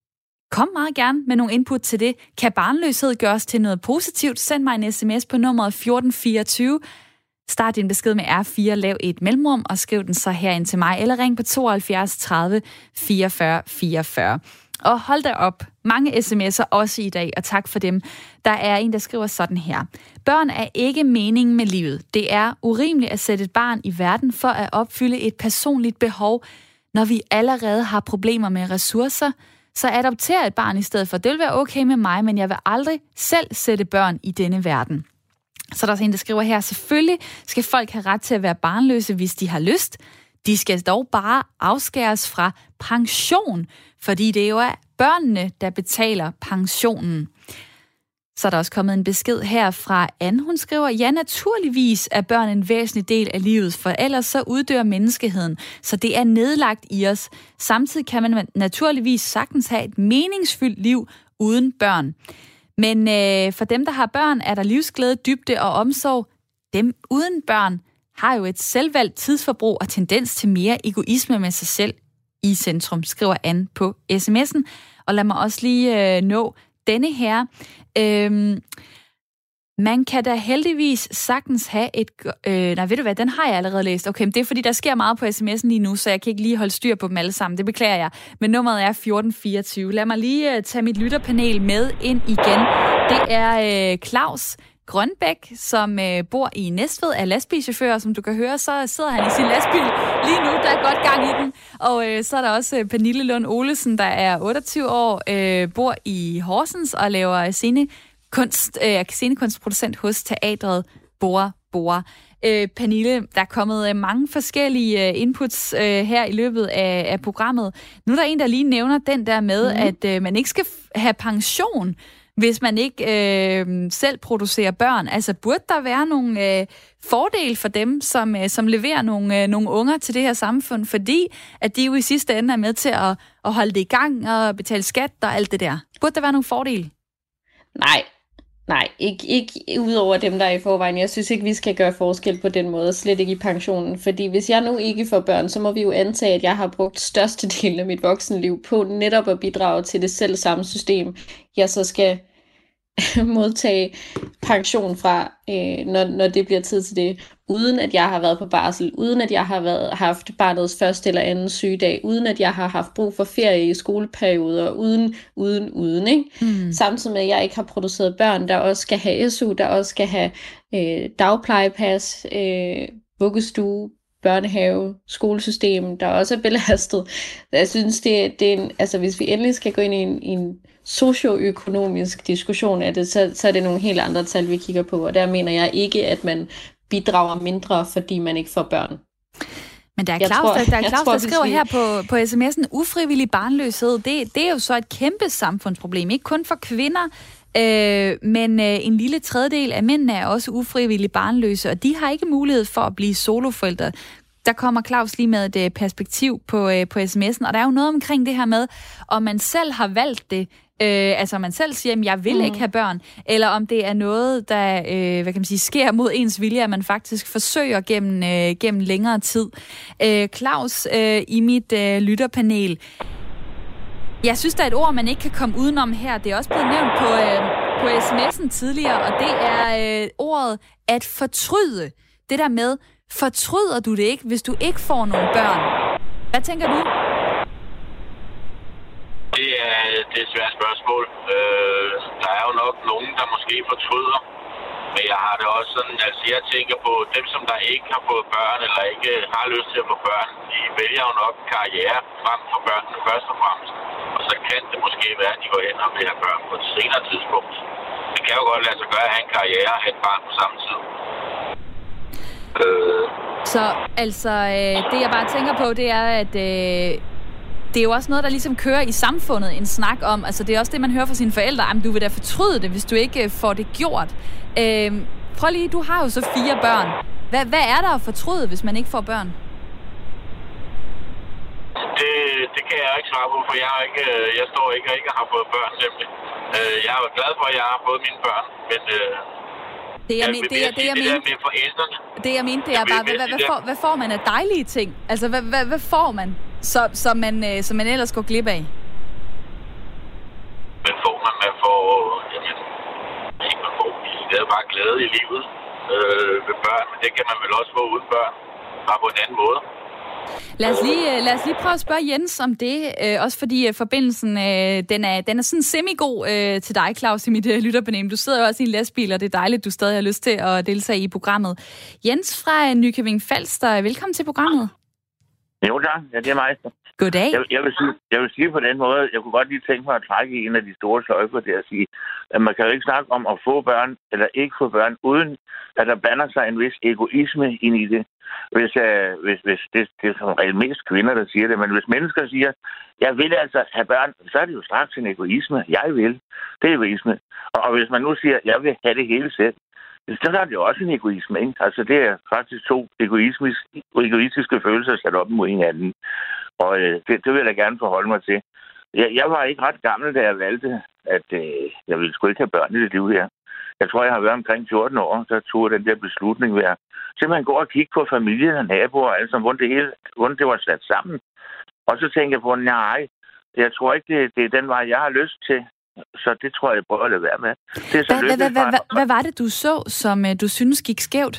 Kom meget gerne med nogle input til det. Kan barnløshed gøres til noget positivt? Send mig en sms på nummeret fjorten fireogtyve. Start din besked med R fire, lav et mellemrum og skriv den så herind til mig, eller ring på tooghalvfjerds tredive fireogfyrre fireogfyrre. Og hold da op, mange sms'er også i dag, og tak for dem. Der er en, der skriver sådan her: børn er ikke meningen med livet. Det er urimeligt at sætte et barn i verden for at opfylde et personligt behov, når vi allerede har problemer med ressourcer. Så adopter et barn i stedet for. Det vil være okay med mig, men jeg vil aldrig selv sætte børn i denne verden. Så der er en, der skriver her: selvfølgelig skal folk have ret til at være barnløse, hvis de har lyst. De skal dog bare afskæres fra pension, fordi det jo er børnene, der betaler pensionen. Så er der også kommet en besked her fra Anne. Hun skriver: ja, naturligvis er børn en væsentlig del af livet, for ellers så uddør menneskeheden. Så det er nedlagt i os. Samtidig kan man naturligvis sagtens have et meningsfyldt liv uden børn. Men øh, for dem, der har børn, er der livsglæde, dybde og omsorg. Dem uden børn har jo et selvvalgt tidsforbrug og tendens til mere egoisme med sig selv i centrum, skriver Anne på sms'en. Og lad mig også lige øh, nå denne her. Øhm, man kan da heldigvis sagtens have et... Øh, nej, ved du hvad, den har jeg allerede læst. Okay, men det er fordi, der sker meget på sms'en lige nu, så jeg kan ikke lige holde styr på dem alle sammen. Det beklager jeg. Men nummeret er fjorten fireogtyve. Lad mig lige øh, tage mit lytterpanel med ind igen. Det er øh, Claus Grønbæk, som øh, bor i Næstved, er lastbilchauffør. Som du kan høre, så sidder han i sin lastbil lige nu. Der er godt gang i den. Og øh, så er der også øh, Pernille Lund Olesen, der er otteogtyve år, øh, bor i Horsens og laver scenekunst, øh, scenekunstproducent hos teatret Bora Bora. Øh, Pernille, der er kommet øh, mange forskellige øh, inputs øh, her i løbet af, af programmet. Nu er der en, der lige nævner den der med, mm. at øh, man ikke skal f- have pension, hvis man ikke øh, selv producerer børn. Altså, burde der være nogle øh, fordele for dem, som, øh, som leverer nogle, øh, nogle unger til det her samfund, fordi at de jo i sidste ende er med til at, at holde det i gang og betale skat og alt det der. Burde der være nogle fordele? Nej, nej, ikke, ikke udover dem, der er i forvejen. Jeg synes ikke, vi skal gøre forskel på den måde, slet ikke i pensionen. Fordi hvis jeg nu ikke får børn, så må vi jo antage, at jeg har brugt størstedelen af mit voksenliv på netop at bidrage til det selv samme system, jeg så skal modtage pension fra, øh, når, når det bliver tid til det, uden at jeg har været på barsel, uden at jeg har været, haft barnets første eller anden sygedag, uden at jeg har haft brug for ferie i skoleperioder, uden, uden, uden, ikke? Mm. Samtidig med, at jeg ikke har produceret børn, der også skal have S U, der også skal have øh, dagplejepas, øh, vuggestue, børnehave, skolesystem, der også er belastet. Jeg synes, det, det er en, altså hvis vi endelig skal gå ind i en, i en socioøkonomisk diskussion af det, så, så er det nogle helt andre tal, vi kigger på, og der mener jeg ikke, at man bidrager mindre, fordi man ikke får børn. Men der er Claus, tror, der, der, er Claus, tror, der skriver vi... her på, på sms'en, ufrivillig barnløshed, det, det er jo så et kæmpe samfundsproblem, ikke kun for kvinder, øh, men øh, en lille tredjedel af mændene er også ufrivillig barnløse, og de har ikke mulighed for at blive soloforældre. Der kommer Claus lige med et perspektiv på, på sms'en, og der er jo noget omkring det her med, om man selv har valgt det, øh, altså om man selv siger, at jeg vil mm. ikke have børn, eller om det er noget, der øh, hvad kan man sige, sker mod ens vilje, at man faktisk forsøger gennem, øh, gennem længere tid. Øh, Claus, øh, i mit øh, lytterpanel, jeg synes, der er et ord, man ikke kan komme udenom her. Det er også blevet nævnt på, øh, på sms'en tidligere, og det er øh, ordet at fortryde. Det der med, fortryder du det ikke, hvis du ikke får nogle børn? Hvad tænker du? Det er, det er et svært spørgsmål. Øh, der er jo nok nogen, der måske fortryder. Men jeg har det også sådan, altså jeg tænker på dem, som der ikke har fået børn, eller ikke har lyst til at få børn, de vælger jo nok karriere frem for børnene først og fremmest. Og så kan det måske være, at de går hen og vil have børn på et senere tidspunkt. Det kan jo godt lade sig gøre at have en karriere og have et barn på samme tid. Øh. Så altså, øh, det jeg bare tænker på, det er, at øh, det er jo også noget, der ligesom kører i samfundet, en snak om, altså det er også det, man hører fra sine forældre, at du vil da fortryde det, hvis du ikke får det gjort. Øh, prøv lige, du har jo så fire børn. Hvad, hvad er der at fortryde, hvis man ikke får børn? Det, det kan jeg ikke svare på, for jeg, ikke, jeg står ikke og ikke har fået børn nemlig. Jeg er jo glad for, at jeg har fået mine børn, men det jeg, jeg, det, jeg, det, jeg det mener, der med forældrene. Det jeg mente, det er bare, hvad, hvad, hvad, får, hvad får man af dejlige ting? Altså, hvad, hvad, hvad får man, så, som, man, som man ellers går glip af? Hvad får man? Man får, jamen, man får det er bare glæde i livet øh, ved børn, men det kan man vel også få uden børn, bare på en anden måde. Lad os, lige, lad os lige prøve at spørge Jens om det, øh, også fordi øh, forbindelsen øh, den er, den er sådan semi-god øh, til dig, Claus, i mit øh, lytterpanel. Du sidder jo også i en lastbil, og det er dejligt, du stadig har lyst til at deltage i programmet. Jens fra øh, Nykøbing Falster, velkommen til programmet. Jo tak, ja, det er mig. Goddag. Jeg, jeg, vil sige, jeg vil sige på den måde, jeg kunne godt lige tænke mig at trække i en af de store sløjfer der at sige, at man kan jo ikke snakke om at få børn eller ikke få børn, uden at der blander sig en vis egoisme ind i det. Hvis, øh, hvis, hvis det, det er som regel mest kvinder, der siger det, men hvis mennesker siger, jeg vil altså have børn, så er det jo straks en egoisme. Jeg vil. Det er egoisme. Og, og hvis man nu siger, jeg vil have det hele selv, så er det jo også en egoisme, ikke? Altså, det er faktisk to egoistiske, egoistiske følelser sat op mod hinanden. Og øh, det, det vil jeg da gerne forholde mig til. Jeg, jeg var ikke ret gammel, da jeg valgte, at øh, jeg ville sgu ikke have børn i det liv her. Jeg tror, jeg har været omkring fjorten år, der tog den der beslutning ved at simpelthen gå og kigge på familien og naboer, og altså, hvordan det hele, hvordan det var sat sammen. Og så tænkte jeg på, nej, jeg tror ikke, det, det er den vej, jeg har lyst til. Så det tror jeg, jeg prøver at lade være med. Det er så hvad, hvad, hvad, hvad, hvad var det, du så, som uh, du synes gik skævt?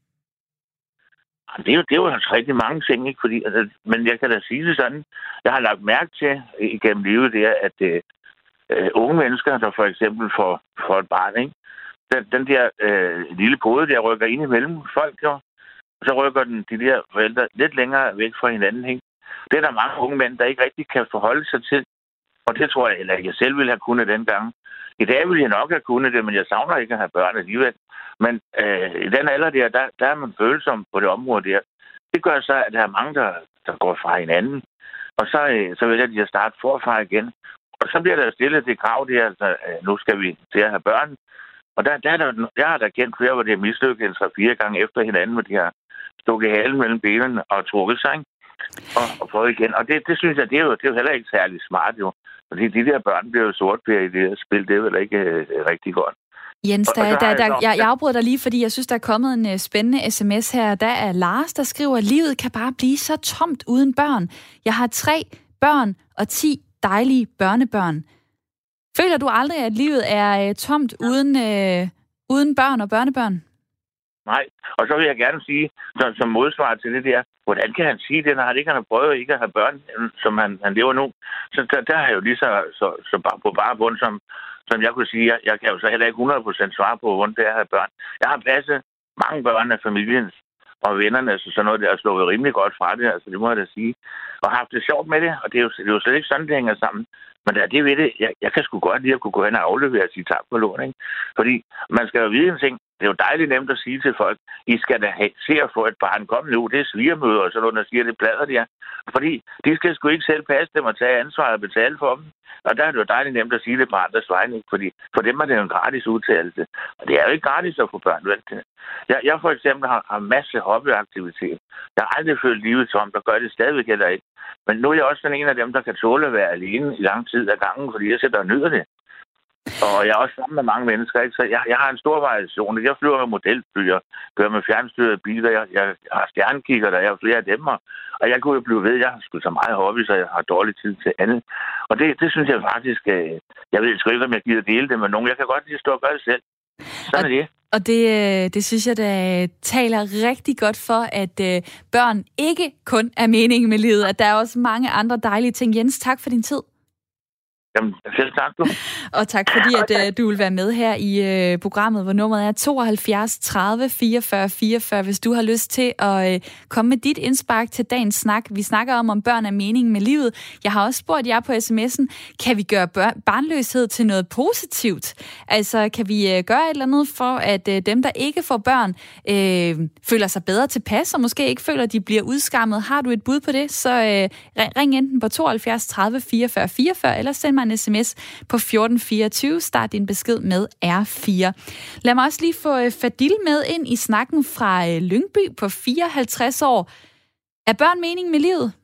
Det er jo, det er jo altså rigtig mange ting, ikke? Fordi, altså, men jeg kan da sige det sådan. Jeg har lagt mærke til igennem livet der, at uh, unge mennesker, der for eksempel får, får et barn, ikke? Den, den der uh, lille kode, der rykker ind imellem folk, jo. Og så rykker den de der forældre lidt længere væk fra hinanden, ikke? Det er der mange unge mænd, der ikke rigtig kan forholde sig til. Og det tror jeg heller ikke, jeg selv ville have kunnet dengang. I dag ville jeg nok have kunnet det, men jeg savner ikke at have børn alligevel. Men øh, i den alder der, der, der er man følsom på det område der. Det gør så, at der er mange, der, der går fra hinanden. Og så, øh, så vælger de at starte forfra igen. Og så bliver der stillet det krav der, altså øh, nu skal vi til at have børn. Og der, der er der, jeg har da kendt flere, hvor det er mislykket en tre-fire gange efter hinanden, hvor de har stukket halen mellem benene og trukket sig, ikke? Og, og prøve igen. Og det, det synes jeg, det er, jo, det er jo heller ikke særlig smart, jo. Fordi de der børn bliver jo sortpære i det her spil. Det er vel ikke øh, rigtig godt. Jens, der, og, og der, der, der, jeg, jeg afbryder dig lige, fordi jeg synes, der er kommet en uh, spændende sms her. Der er Lars, der skriver, at livet kan bare blive så tomt uden børn. Jeg har tre børn og ti dejlige børnebørn. Føler du aldrig, at livet er uh, tomt uden, uh, uden børn og børnebørn? Nej, og så vil jeg gerne sige, som, som modsvar til det der, hvordan kan han sige det, når han ikke har prøvet ikke at have børn, som han, han lever nu? Så der, der er jeg jo lige så, så, så bare på bare bund, som, som jeg kunne sige. Jeg, jeg kan jo så heller ikke hundrede procent svare på, hvordan det er at have børn. Jeg har passet mange børn af familien og vennerne, så sådan noget der er slået rimelig godt fra det, altså det må jeg da sige. Og har haft det sjovt med det, og det er jo, det er jo slet ikke sådan, det hænger sammen. Men der, det ved det, jeg, jeg kan sgu godt lide at kunne gå hen og aflevere og sige tak for lån, ikke? Fordi man skal jo vide en ting, det er jo dejligt nemt at sige til folk, I skal da have, se at få et barn. Kom nu, det er svigermøder og sådan noget, der siger, det plader de er. Fordi de skal sgu ikke selv passe dem og tage ansvar og betale for dem. Og der er det jo dejligt nemt at sige det på andres vegne, fordi for dem er det jo en gratis udtalelse. Og det er jo ikke gratis at få børn, vel? Jeg, jeg for eksempel har, har masse hobbyaktivitet. Jeg har aldrig følt livet tom, der gør det stadigvæk heller ikke. Men nu er jeg også sådan en af dem, der kan tåle at være alene i lang tid ad gangen, fordi jeg sætter og nyder det. Og jeg er også sammen med mange mennesker, ikke? Så jeg, jeg har en stor variation. Jeg flyver med modelflyer, kører med fjernstyrede biler, jeg, jeg har stjernekigger, der jeg har flere af dem, og jeg kunne jo blive ved, jeg har sgu så meget hobby, så jeg har dårlig tid til andet. Og det, det synes jeg faktisk, jeg ved sgu ikke, om jeg gider dele det med nogen. Jeg kan godt lige stå og gøre det selv. Sådan og, er det. Og det, det synes jeg, der taler rigtig godt for, at øh, børn ikke kun er meningen med livet, at der er også mange andre dejlige ting. Jens, tak for din tid. Jamen, selv tak du. Og tak fordi, at uh, du vil være med her i uh, programmet, hvor nummeret er tooghalvfjerds tredive fireogfyrre fireogfyrre, hvis du har lyst til at uh, komme med dit indspark til dagens snak. Vi snakker om, om børn er meningen med livet. Jeg har også spurgt jer på sms'en, kan vi gøre bør- barnløshed til noget positivt? Altså, kan vi uh, gøre et eller andet for, at uh, dem, der ikke får børn, uh, føler sig bedre tilpas, og måske ikke føler, at de bliver udskammet? Har du et bud på det, så uh, ring enten på tooghalvfjerds tredive fireogfyrre fireogfyrre, eller send mig en sms på fjorten fireogtyve. Start din besked med R fire. Lad mig også lige få Fadil med ind i snakken fra Lyngby på fireoghalvtreds år. Er børn meningen med livet?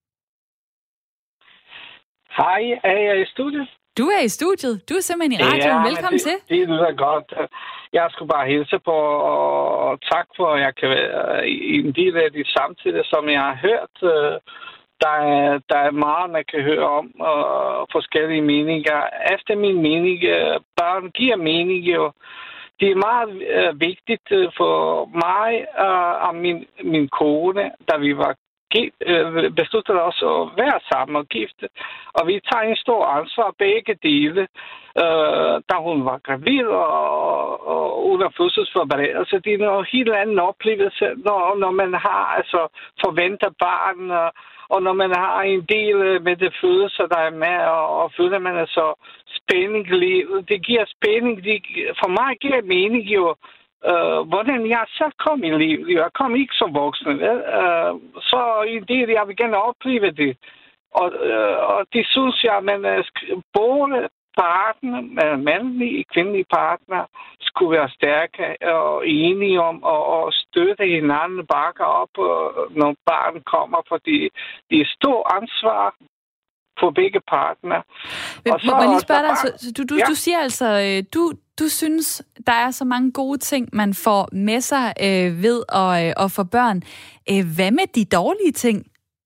Hej, er jeg i studiet? Du er i studiet. Du er simpelthen i radioen. Ja, Velkommen det, til. Det lyder godt. Jeg skulle bare hilse på, og tak for, at jeg kan være en del af de samtidig, som jeg har hørt. Der er, der er meget, man kan høre om, og forskellige meninger. Efter min mening, børn giver mening jo. Det er meget uh, vigtigt for mig uh, og min, min kone, da vi var uh, besluttet os at være sammen og gifte. Og vi tager en stor ansvar begge dele, uh, da hun var gravid og, og under fødselsforberedelse. Det er en helt anden oplevelse, når, når man har altså forventet barn, uh, og når man har en del med det følelser, der er med, og, og føler man altså spænding i livet. Det giver spænding. Det, for mig giver det mening jo, øh, hvordan jeg selv kom i livet. Jeg kom ikke som voksen. Øh, så en del, jeg vil gerne opleve det. Og, øh, og det synes jeg, man både partner, mandlige, kvindelige partner, skulle være stærke og enige om at, at støtte hinanden, bakke op, når barn kommer, fordi det er stor ansvar for begge partner. Men, og så, må jeg lige spørge dig, så, så, du, du, ja. du siger altså, du, du synes, der er så mange gode ting, man får med sig øh, ved at, øh, at få børn. Øh, hvad med de dårlige ting?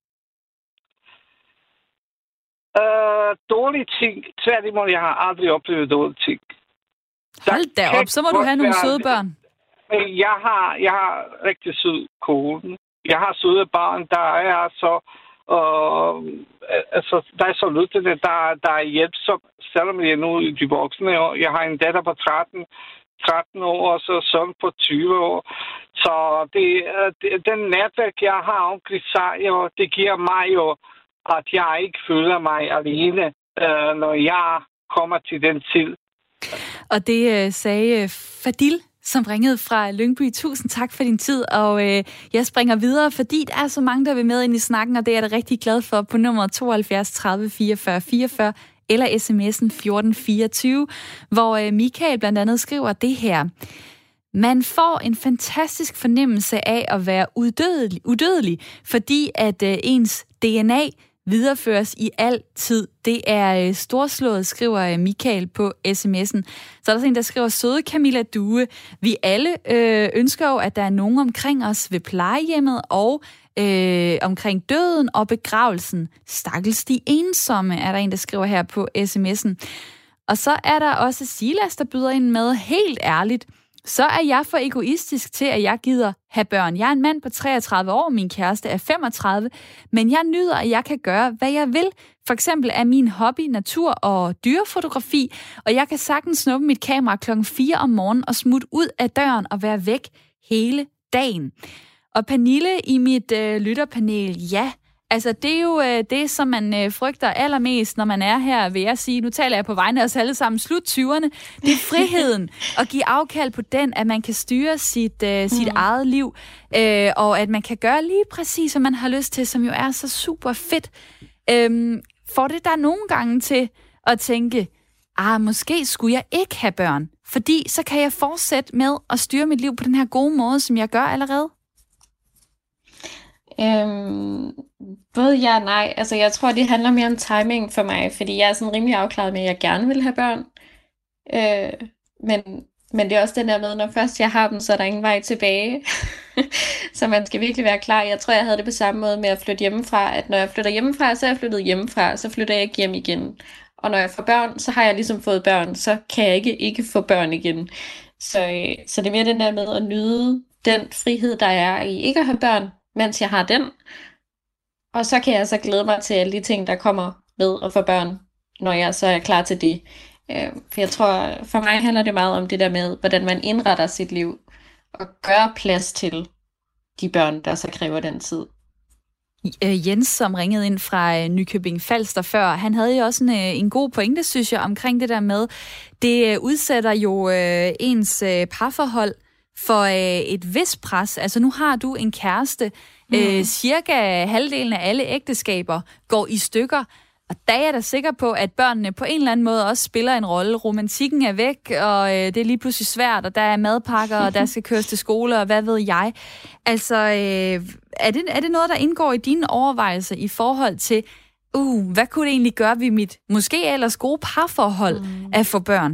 Øh, dårlige ting. Tværtimod, jeg har aldrig oplevet dårlige ting. Hold da op, så må du have nogle søde børn. Jeg har, jeg har rigtig sød kone. Jeg har søde barn, der er altså, øh, altså der er så lyttende, der, der er hjælpsom, selvom jeg er nu i de voksne år. Jeg har en datter på tretten, tretten år, og så søn på tyve år. Så det, det, den netværk, jeg har omkring sig, jo, det giver mig jo, at jeg ikke føler mig alene, øh, når jeg kommer til den tid. Og det øh, sagde Fadil, som ringede fra Lyngby. Tusind tak for din tid, og øh, jeg springer videre, fordi der er så mange, der vil med ind i snakken, og det er jeg da rigtig glad for på nummer tooghalvfjerds tredive fireogfyrre fireogfyrre eller sms'en fjorten fireogtyve, hvor øh, Michael blandt andet skriver det her. Man får en fantastisk fornemmelse af at være udødelig, udødelig fordi at øh, ens D N A videreføres i al tid. Det er storslået, skriver Michael på sms'en. Så er der en, der skriver, søde Camilla Due, vi alle øh, ønsker jo, at der er nogen omkring os ved plejehjemmet og øh, omkring døden og begravelsen. Stakkels de ensomme, er der en, der skriver her på sms'en. Og så er der også Silas, der byder ind med, helt ærligt, så er jeg for egoistisk til, at jeg gider have børn. Jeg er en mand på treogtredive år, min kæreste er femogtredive, men jeg nyder, at jeg kan gøre, hvad jeg vil. For eksempel er min hobby natur- og dyrefotografi, og jeg kan sagtens snuppe mit kamera klokken fire om morgenen og smutte ud af døren og være væk hele dagen. Og Pernille i mit øh, lytterpanel, ja, Altså, det er jo øh, det, som man øh, frygter allermest, når man er her, vil jeg sige. Nu taler jeg på vegne af os alle sammen. Slut tyverne. Det er friheden at give afkald på den, at man kan styre sit, øh, sit mm. eget liv, øh, og at man kan gøre lige præcis, hvad man har lyst til, som jo er så super fedt. Øhm, får det der nogle gange til at tænke, ah, måske skulle jeg ikke have børn, fordi så kan jeg fortsætte med at styre mit liv på den her gode måde, som jeg gør allerede? Øhm, både ja og nej. Altså, jeg tror, det handler mere om timing for mig, fordi jeg er sådan rimelig afklaret med, at jeg gerne vil have børn. Øh, men, men det er også den der med, når først jeg har dem, så er der ingen vej tilbage. Så man skal virkelig være klar. Jeg tror, jeg havde det på samme måde med at flytte hjemmefra, at når jeg flytter hjemmefra, så er jeg flyttet hjemmefra, så flytter jeg ikke hjem igen. Og når jeg får børn, så har jeg ligesom fået børn, så kan jeg ikke ikke få børn igen. Så, øh, så det er mere den der med at nyde den frihed, der er i ikke at have børn, mens jeg har den. Og så kan jeg så glæde mig til alle de ting, der kommer med at få børn, når jeg så er klar til det. For jeg tror, for mig handler det meget om det der med, hvordan man indretter sit liv, og gør plads til de børn, der så kræver den tid. Jens, som ringede ind fra Nykøbing Falster før, han havde jo også en, en god pointe, synes jeg, omkring det der med, det udsætter jo ens parforhold for øh, et vist pres. Altså nu har du en kæreste. Mm. Øh, cirka halvdelen af alle ægteskaber går i stykker. Og der er jeg da sikker på, at børnene på en eller anden måde også spiller en rolle. Romantikken er væk, og øh, det er lige pludselig svært, og der er madpakker, og der skal køres til skole, og hvad ved jeg. Altså, øh, er, det, er det noget, der indgår i dine overvejelser i forhold til, uh, hvad kunne det egentlig gøre ved mit måske ellers gode parforhold mm. at få børn?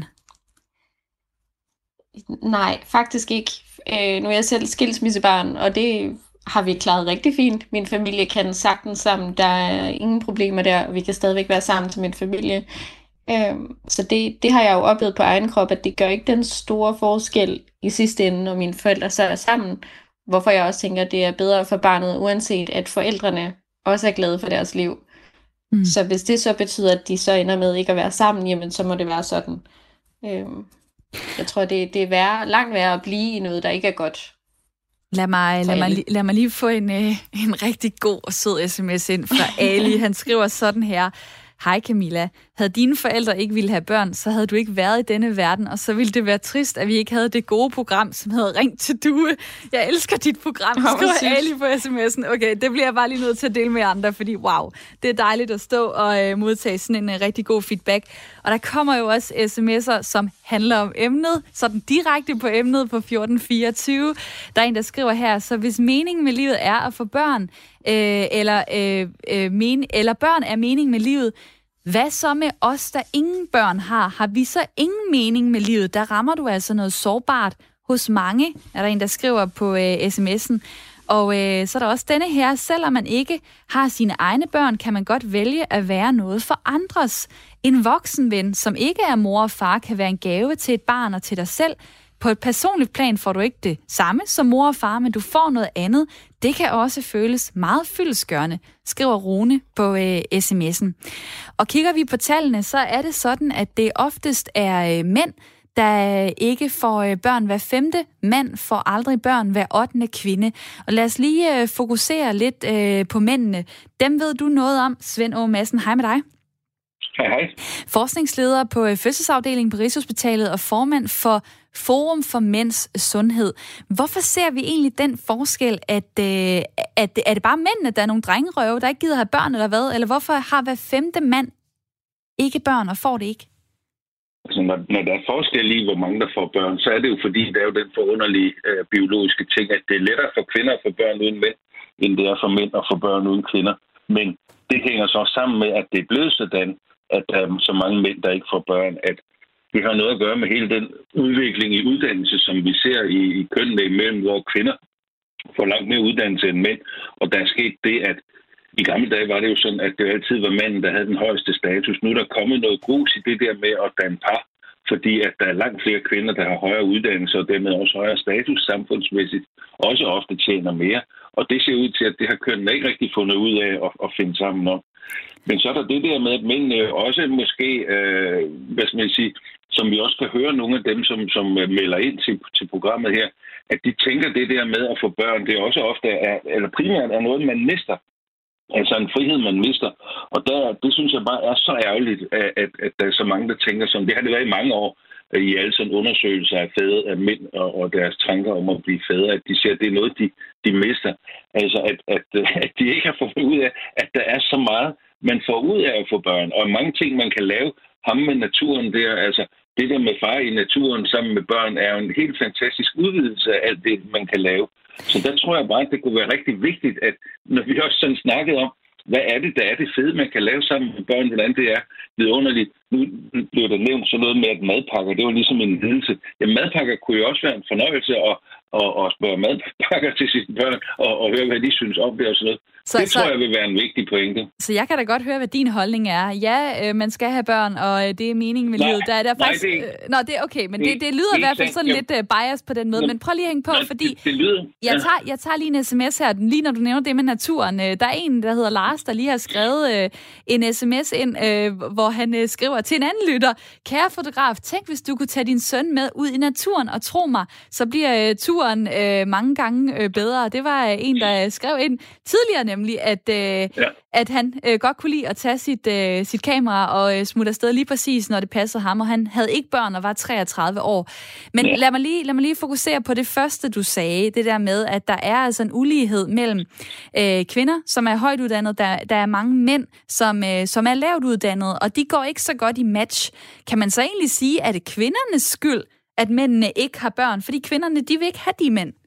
Nej, faktisk ikke. Øh, nu er jeg selv skilsmissebarn, og det har vi klaret rigtig fint. Min familie kan sagtens sammen. Der er ingen problemer der, og vi kan stadigvæk være sammen som en familie. Øh, så det, det har jeg jo oplevet på egen krop, at det gør ikke den store forskel i sidste ende, når mine forældre så er sammen. Hvorfor jeg også tænker, at det er bedre for barnet, uanset at forældrene også er glade for deres liv. Mm. Så hvis det så betyder, at de så ender med ikke at være sammen, jamen så må det være sådan. Øh, Jeg tror, det, det er værre, langt værre at blive i noget, der ikke er godt. Lad mig, lad mig, lad mig lige få en, en rigtig god og sød sms ind fra Ali. Han skriver sådan her. Hej Camilla. Havde dine forældre ikke ville have børn, så havde du ikke været i denne verden, og så ville det være trist, at vi ikke havde det gode program, som hedder Ring til Due. Jeg elsker dit program, skriver Ali på sms'en. Okay, det bliver jeg bare lige nødt til at dele med andre, fordi wow, det er dejligt at stå og uh, modtage sådan en uh, rigtig god feedback. Og der kommer jo også sms'er, som handler om emnet, sådan direkte på emnet på fjorten fireogtyve. Der er en, der skriver her, så hvis meningen med livet er at få børn, øh, eller, øh, øh, men, eller børn er meningen med livet, hvad så med os, der ingen børn har? Har vi så ingen mening med livet? Der rammer du altså noget sårbart hos mange, er der en, der skriver på øh, sms'en. Og øh, så er der også denne her, selvom man ikke har sine egne børn, kan man godt vælge at være noget for andres. En voksenven, som ikke er mor og far, kan være en gave til et barn og til dig selv. På et personligt plan får du ikke det samme som mor og far, men du får noget andet. Det kan også føles meget fyldestgørende, skriver Rune på øh, sms'en. Og kigger vi på tallene, så er det sådan, at det oftest er øh, mænd, der ikke får øh, børn. Hver femte mand får aldrig børn, hver ottende kvinde. Og lad os lige øh, fokusere lidt øh, på mændene. Dem ved du noget om, Svend Åge Madsen. Hej med dig. Hej, hej. Forskningsleder på fødselsafdelingen på Rigshospitalet og formand for Forum for Mænds Sundhed. Hvorfor ser vi egentlig den forskel, at, øh, at er det bare mændene, der er nogle drengerøve, der ikke gider have børn, eller hvad? Eller hvorfor har hver femte mand ikke børn og får det ikke? Altså, når, når der er forskel i, hvor mange der får børn, så er det jo fordi, der er jo den forunderlige øh, biologiske ting, at det er lettere for kvinder at få børn uden mænd, end det er for mænd at få børn uden kvinder. Men det hænger så sammen med, at det er blevet sådan, at der er så mange mænd, der ikke får børn, at det har noget at gøre med hele den udvikling i uddannelse, som vi ser i, i kønnene imellem, hvor kvinder får langt mere uddannelse end mænd. Og der er sket det, at i gamle dage var det jo sådan, at det altid var manden, der havde den højeste status. Nu er der kommet noget grus i det der med at danne par, fordi at der er langt flere kvinder, der har højere uddannelse og dermed også højere status samfundsmæssigt, også ofte tjener mere. Og det ser ud til, at det har kønnene ikke rigtig fundet ud af at, at finde sammen om. Men så er der det der med, at mændene også måske, øh, hvad skal man sige, som vi også kan høre nogle af dem, som, som melder ind til, til programmet her, at de tænker det der med at få børn, det er også ofte, er, eller primært er noget, man mister. Altså en frihed, man mister. Og der, det synes jeg bare er så ærgerligt, at, at, at der er så mange, der tænker sådan. Det har det været i mange år i alle sådan undersøgelser af fædre, af mænd og, og deres tanker om at blive fædre, at de siger, at det er noget, de, de mister. Altså at, at, at de ikke har fået ud af, at der er så meget, man får ud af at få børn. Og mange ting, man kan lave ham med naturen der, altså det der med far i naturen sammen med børn, er jo en helt fantastisk udvidelse af alt det, man kan lave. Så der tror jeg bare, at det kunne være rigtig vigtigt, at når vi også sådan snakkede om, hvad er det, der er det fede, man kan lave sammen med børn, hvordan det er vidunderligt. Nu blev der nævnt sådan noget med, at madpakker, det var ligesom en lidelse. Ja, madpakker kunne jo også være en fornøjelse at, at, at spørge madpakker til sine børn og, og høre, hvad de synes om det og sådan noget. Så, det så, tror jeg vil være en vigtig pointe. Så jeg kan da godt høre, hvad din holdning er. Ja, øh, man skal have børn, og øh, det er meningen med nej, livet. Der er der nej, faktisk, det er øh, Nå, det er okay, men det, det, det lyder det i hvert fald sådan jo. lidt uh, bias på den måde. Ja. Men prøv lige at hænge på, ja, fordi det, det lyder, ja. jeg, tager, jeg tager lige en sms her, lige når du nævner det med naturen. Øh, der er en, der hedder Lars, der lige har skrevet øh, en sms ind, øh, hvor han øh, skriver til en anden lytter: kære fotograf, tænk, hvis du kunne tage din søn med ud i naturen, og tro mig, så bliver øh, turen øh, mange gange øh, bedre. Det var øh, en, der skrev ind tidligere nemlig, at øh, Ja. at han øh, godt kunne lide at tage sit, øh, sit kamera og øh, smutte afsted lige præcis, når det passede ham, og han havde ikke børn og var treogtredive år. Men ja. lad, mig lige, lad mig lige fokusere på det første, du sagde, det der med, at der er altså en ulighed mellem øh, kvinder, som er højt uddannede, der, der er mange mænd, som, øh, som er lavt uddannede, og de går ikke så godt i match. Kan man så egentlig sige, at det er kvindernes skyld, at mændene ikke har børn? Fordi kvinderne, de vil ikke have de mænd.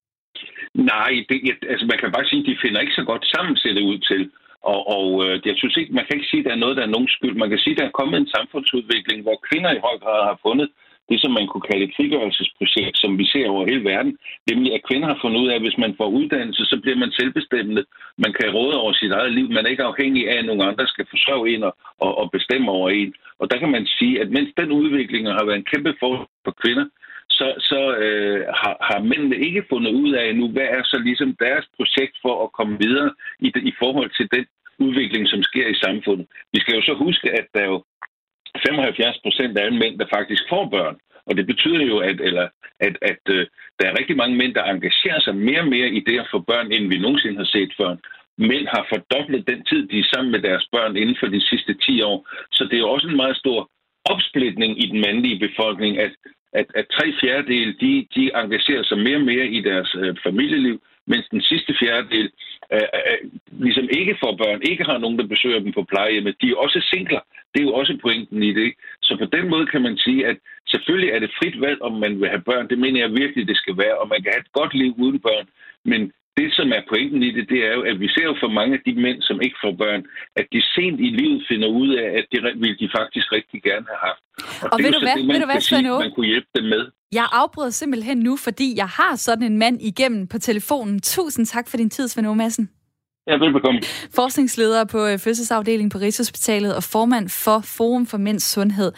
Nej, det, altså man kan bare sige, at de finder ikke så godt sammen, ser det ud til. Og, og jeg synes ikke, man kan ikke sige, at der er noget, der er nogen skyld. Man kan sige, at der er kommet en samfundsudvikling, hvor kvinder i høj grad har fundet det, som man kunne kalde et frigørelsesprojekt, som vi ser over hele verden. Nemlig, at kvinder har fundet ud af, at hvis man får uddannelse, så bliver man selvbestemmende. Man kan råde over sit eget liv. Man er ikke afhængig af, at nogen andre skal forsørge en og, og, og bestemme over en. Og der kan man sige, at mens den udvikling har været en kæmpe fordel for kvinder, så, så øh, har, har mændene ikke fundet ud af nu, hvad er så ligesom deres projekt for at komme videre i, i forhold til den udvikling, som sker i samfundet. Vi skal jo så huske, at der er jo femoghalvfjerds procent af alle mænd, der faktisk får børn. Og det betyder jo, at, eller, at, at øh, der er rigtig mange mænd, der engagerer sig mere og mere i det at få børn, end vi nogensinde har set før. Mænd har fordoblet den tid, de er sammen med deres børn inden for de sidste ti år. Så det er jo også en meget stor opsplitning i den mandlige befolkning, at at, at tre fjerdedel, de, de engagerer sig mere og mere i deres øh, familieliv, mens den sidste fjerdedel øh, øh, ligesom ikke får børn, ikke har nogen, der besøger dem på plejehjemmet. De er også singler. Det er jo også pointen i det. Så på den måde kan man sige, at selvfølgelig er det frit valg, om man vil have børn. Det mener jeg virkelig, det skal være, og man kan have et godt liv uden børn. Men det, som er pointen i det, det er jo, at vi ser jo for mange af de mænd, som ikke får børn, at de sent i livet finder ud af, at det vil de faktisk rigtig gerne have haft. Og, og det ved er du jo så hvad, det, man, ved du hvad, sige, man kunne hjælpe dem med. Jeg afbryder simpelthen nu, fordi jeg har sådan en mand igennem på telefonen. Tusind tak for din tid, Svend Åge Madsen. Ja, velbekomme. Forskningsleder på fødselsafdelingen på Rigshospitalet og formand for Forum for Mænds Sundhed.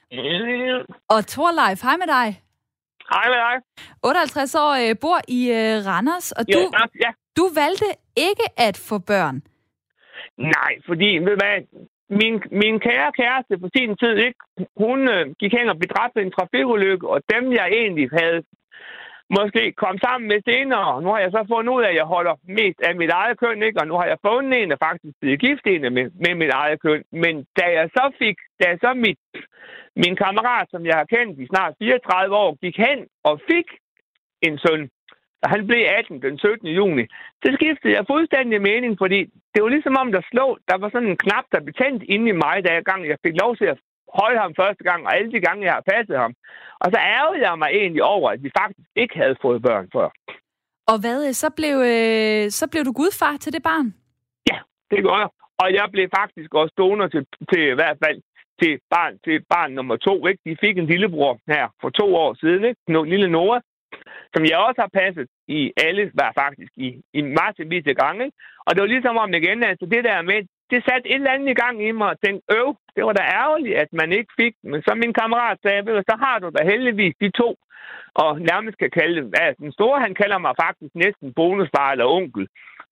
Og Thorleif, hej med dig. Hej med dig. otteoghalvtreds år, øh, bor i øh, Randers, og du, ja, ja. du valgte ikke at få børn. Nej, fordi ved hvad, min, min kære kæreste på sin tid, ikke, hun øh, gik hen og blev dræbt i en trafikulykke, og dem jeg egentlig havde måske kom sammen med senere. Nu har jeg så fundet ud af, at jeg holder mest af mit eget køn, ikke? Og nu har jeg fundet en, der faktisk blev gift en med, med mit eget køn. Men da jeg så fik, da jeg så mit, min kammerat, som jeg har kendt i snart fireogtredive år, gik hen og fik en søn, og han blev atten den syttende juni, så skiftede jeg fuldstændig mening, fordi det var ligesom om, der slog, der var sådan en knap, der blev tændt inde i mig, da jeg, gang, jeg fik lov til at holde ham første gang, og alle de gange, jeg har passet ham. Og så ærgede jeg mig egentlig over, at vi faktisk ikke havde fået børn før. Og hvad, så blev, øh, så blev du gudfar til det barn? Ja, det gør jeg. Og jeg blev faktisk også donor til, til i hvert fald til barn, til barn nummer to. Ikke? De fik en lillebror her for to år siden, ikke? No, lille Nora, som jeg også har passet i alle, var faktisk i, i massevis af gange. Ikke? Og det var ligesom om igen, altså det der med, det satte et eller andet i gang i mig og tænkte, øv, det var da ærgerligt, at man ikke fik. Men som min kammerat sagde, ved du, så har du da heldigvis de to, og nærmest kan kalde dem, altså den store, han kalder mig faktisk næsten bonusfar eller onkel.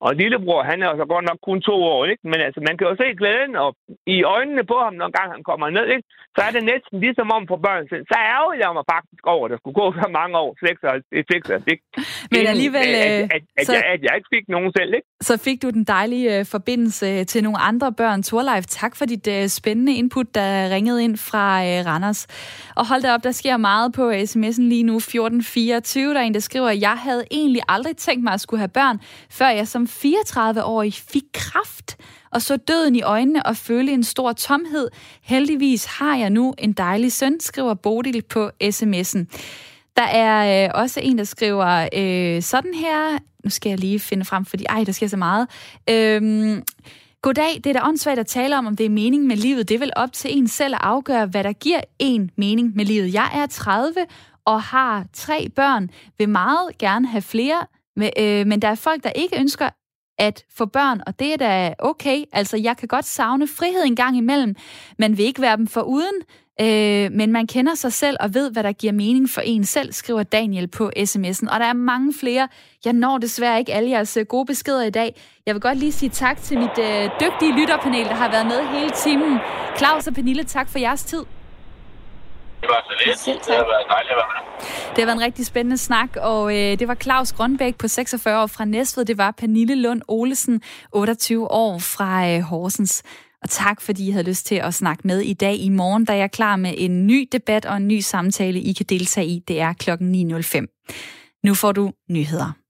Og lillebror, han er altså godt nok kun to år, ikke? Men altså, man kan jo se glæden og i øjnene på ham, når gang han kommer ned, ikke? Så er det næsten ligesom om for børn selv. Så ærgerlig jeg mig faktisk over, at der skulle gå så mange år, seksoghalvfems, ikke? Men alligevel... At, at, at, at, så, jeg, at jeg ikke fik nogen selv, ikke? Så fik du den dejlige uh, forbindelse til nogle andre børn. Torleif, tak for dit uh, spændende input, der ringede ind fra uh, Randers. Og hold da op, der sker meget på sms'en lige nu, fjorten fireogtyve. Der er en, der skriver, at jeg havde egentlig aldrig tænkt mig at skulle have børn, før jeg som fireogtredive-årig fik kræft og så døden i øjnene og følte en stor tomhed. Heldigvis har jeg nu en dejlig søn, skriver Bodil på sms'en. Der er øh, også en, der skriver øh, sådan her. Nu skal jeg lige finde frem, fordi ej, der sker så meget. Øhm, Goddag, det er da åndssvagt at tale om, om det er mening med livet. Det er vel op til en selv at afgøre, hvad der giver en mening med livet. Jeg er tredive og har tre børn, vil meget gerne have flere, men der er folk, der ikke ønsker at få børn, og det er da okay. Altså, jeg kan godt savne frihed en gang imellem. Man vil ikke være dem foruden, øh, men man kender sig selv og ved, hvad der giver mening for en selv, skriver Daniel på sms'en. Og der er mange flere. Jeg når desværre ikke alle jeres gode beskeder i dag. Jeg vil godt lige sige tak til mit øh, dygtige lytterpanel, der har været med hele timen. Claus og Pernille, tak for jeres tid. Det var så lidt. Det har været dejligt at være med. Det har været en rigtig spændende snak, og øh, det var Claus Grønbæk på seksogfyrre år fra Næstved. Det var Pernille Lund Olesen, otteogtyve år fra øh, Horsens. Og tak, fordi I havde lyst til at snakke med i dag. I morgen, der er jeg klar med en ny debat og en ny samtale, I kan deltage i. Det er klokken ni nul fem. Nu får du nyheder.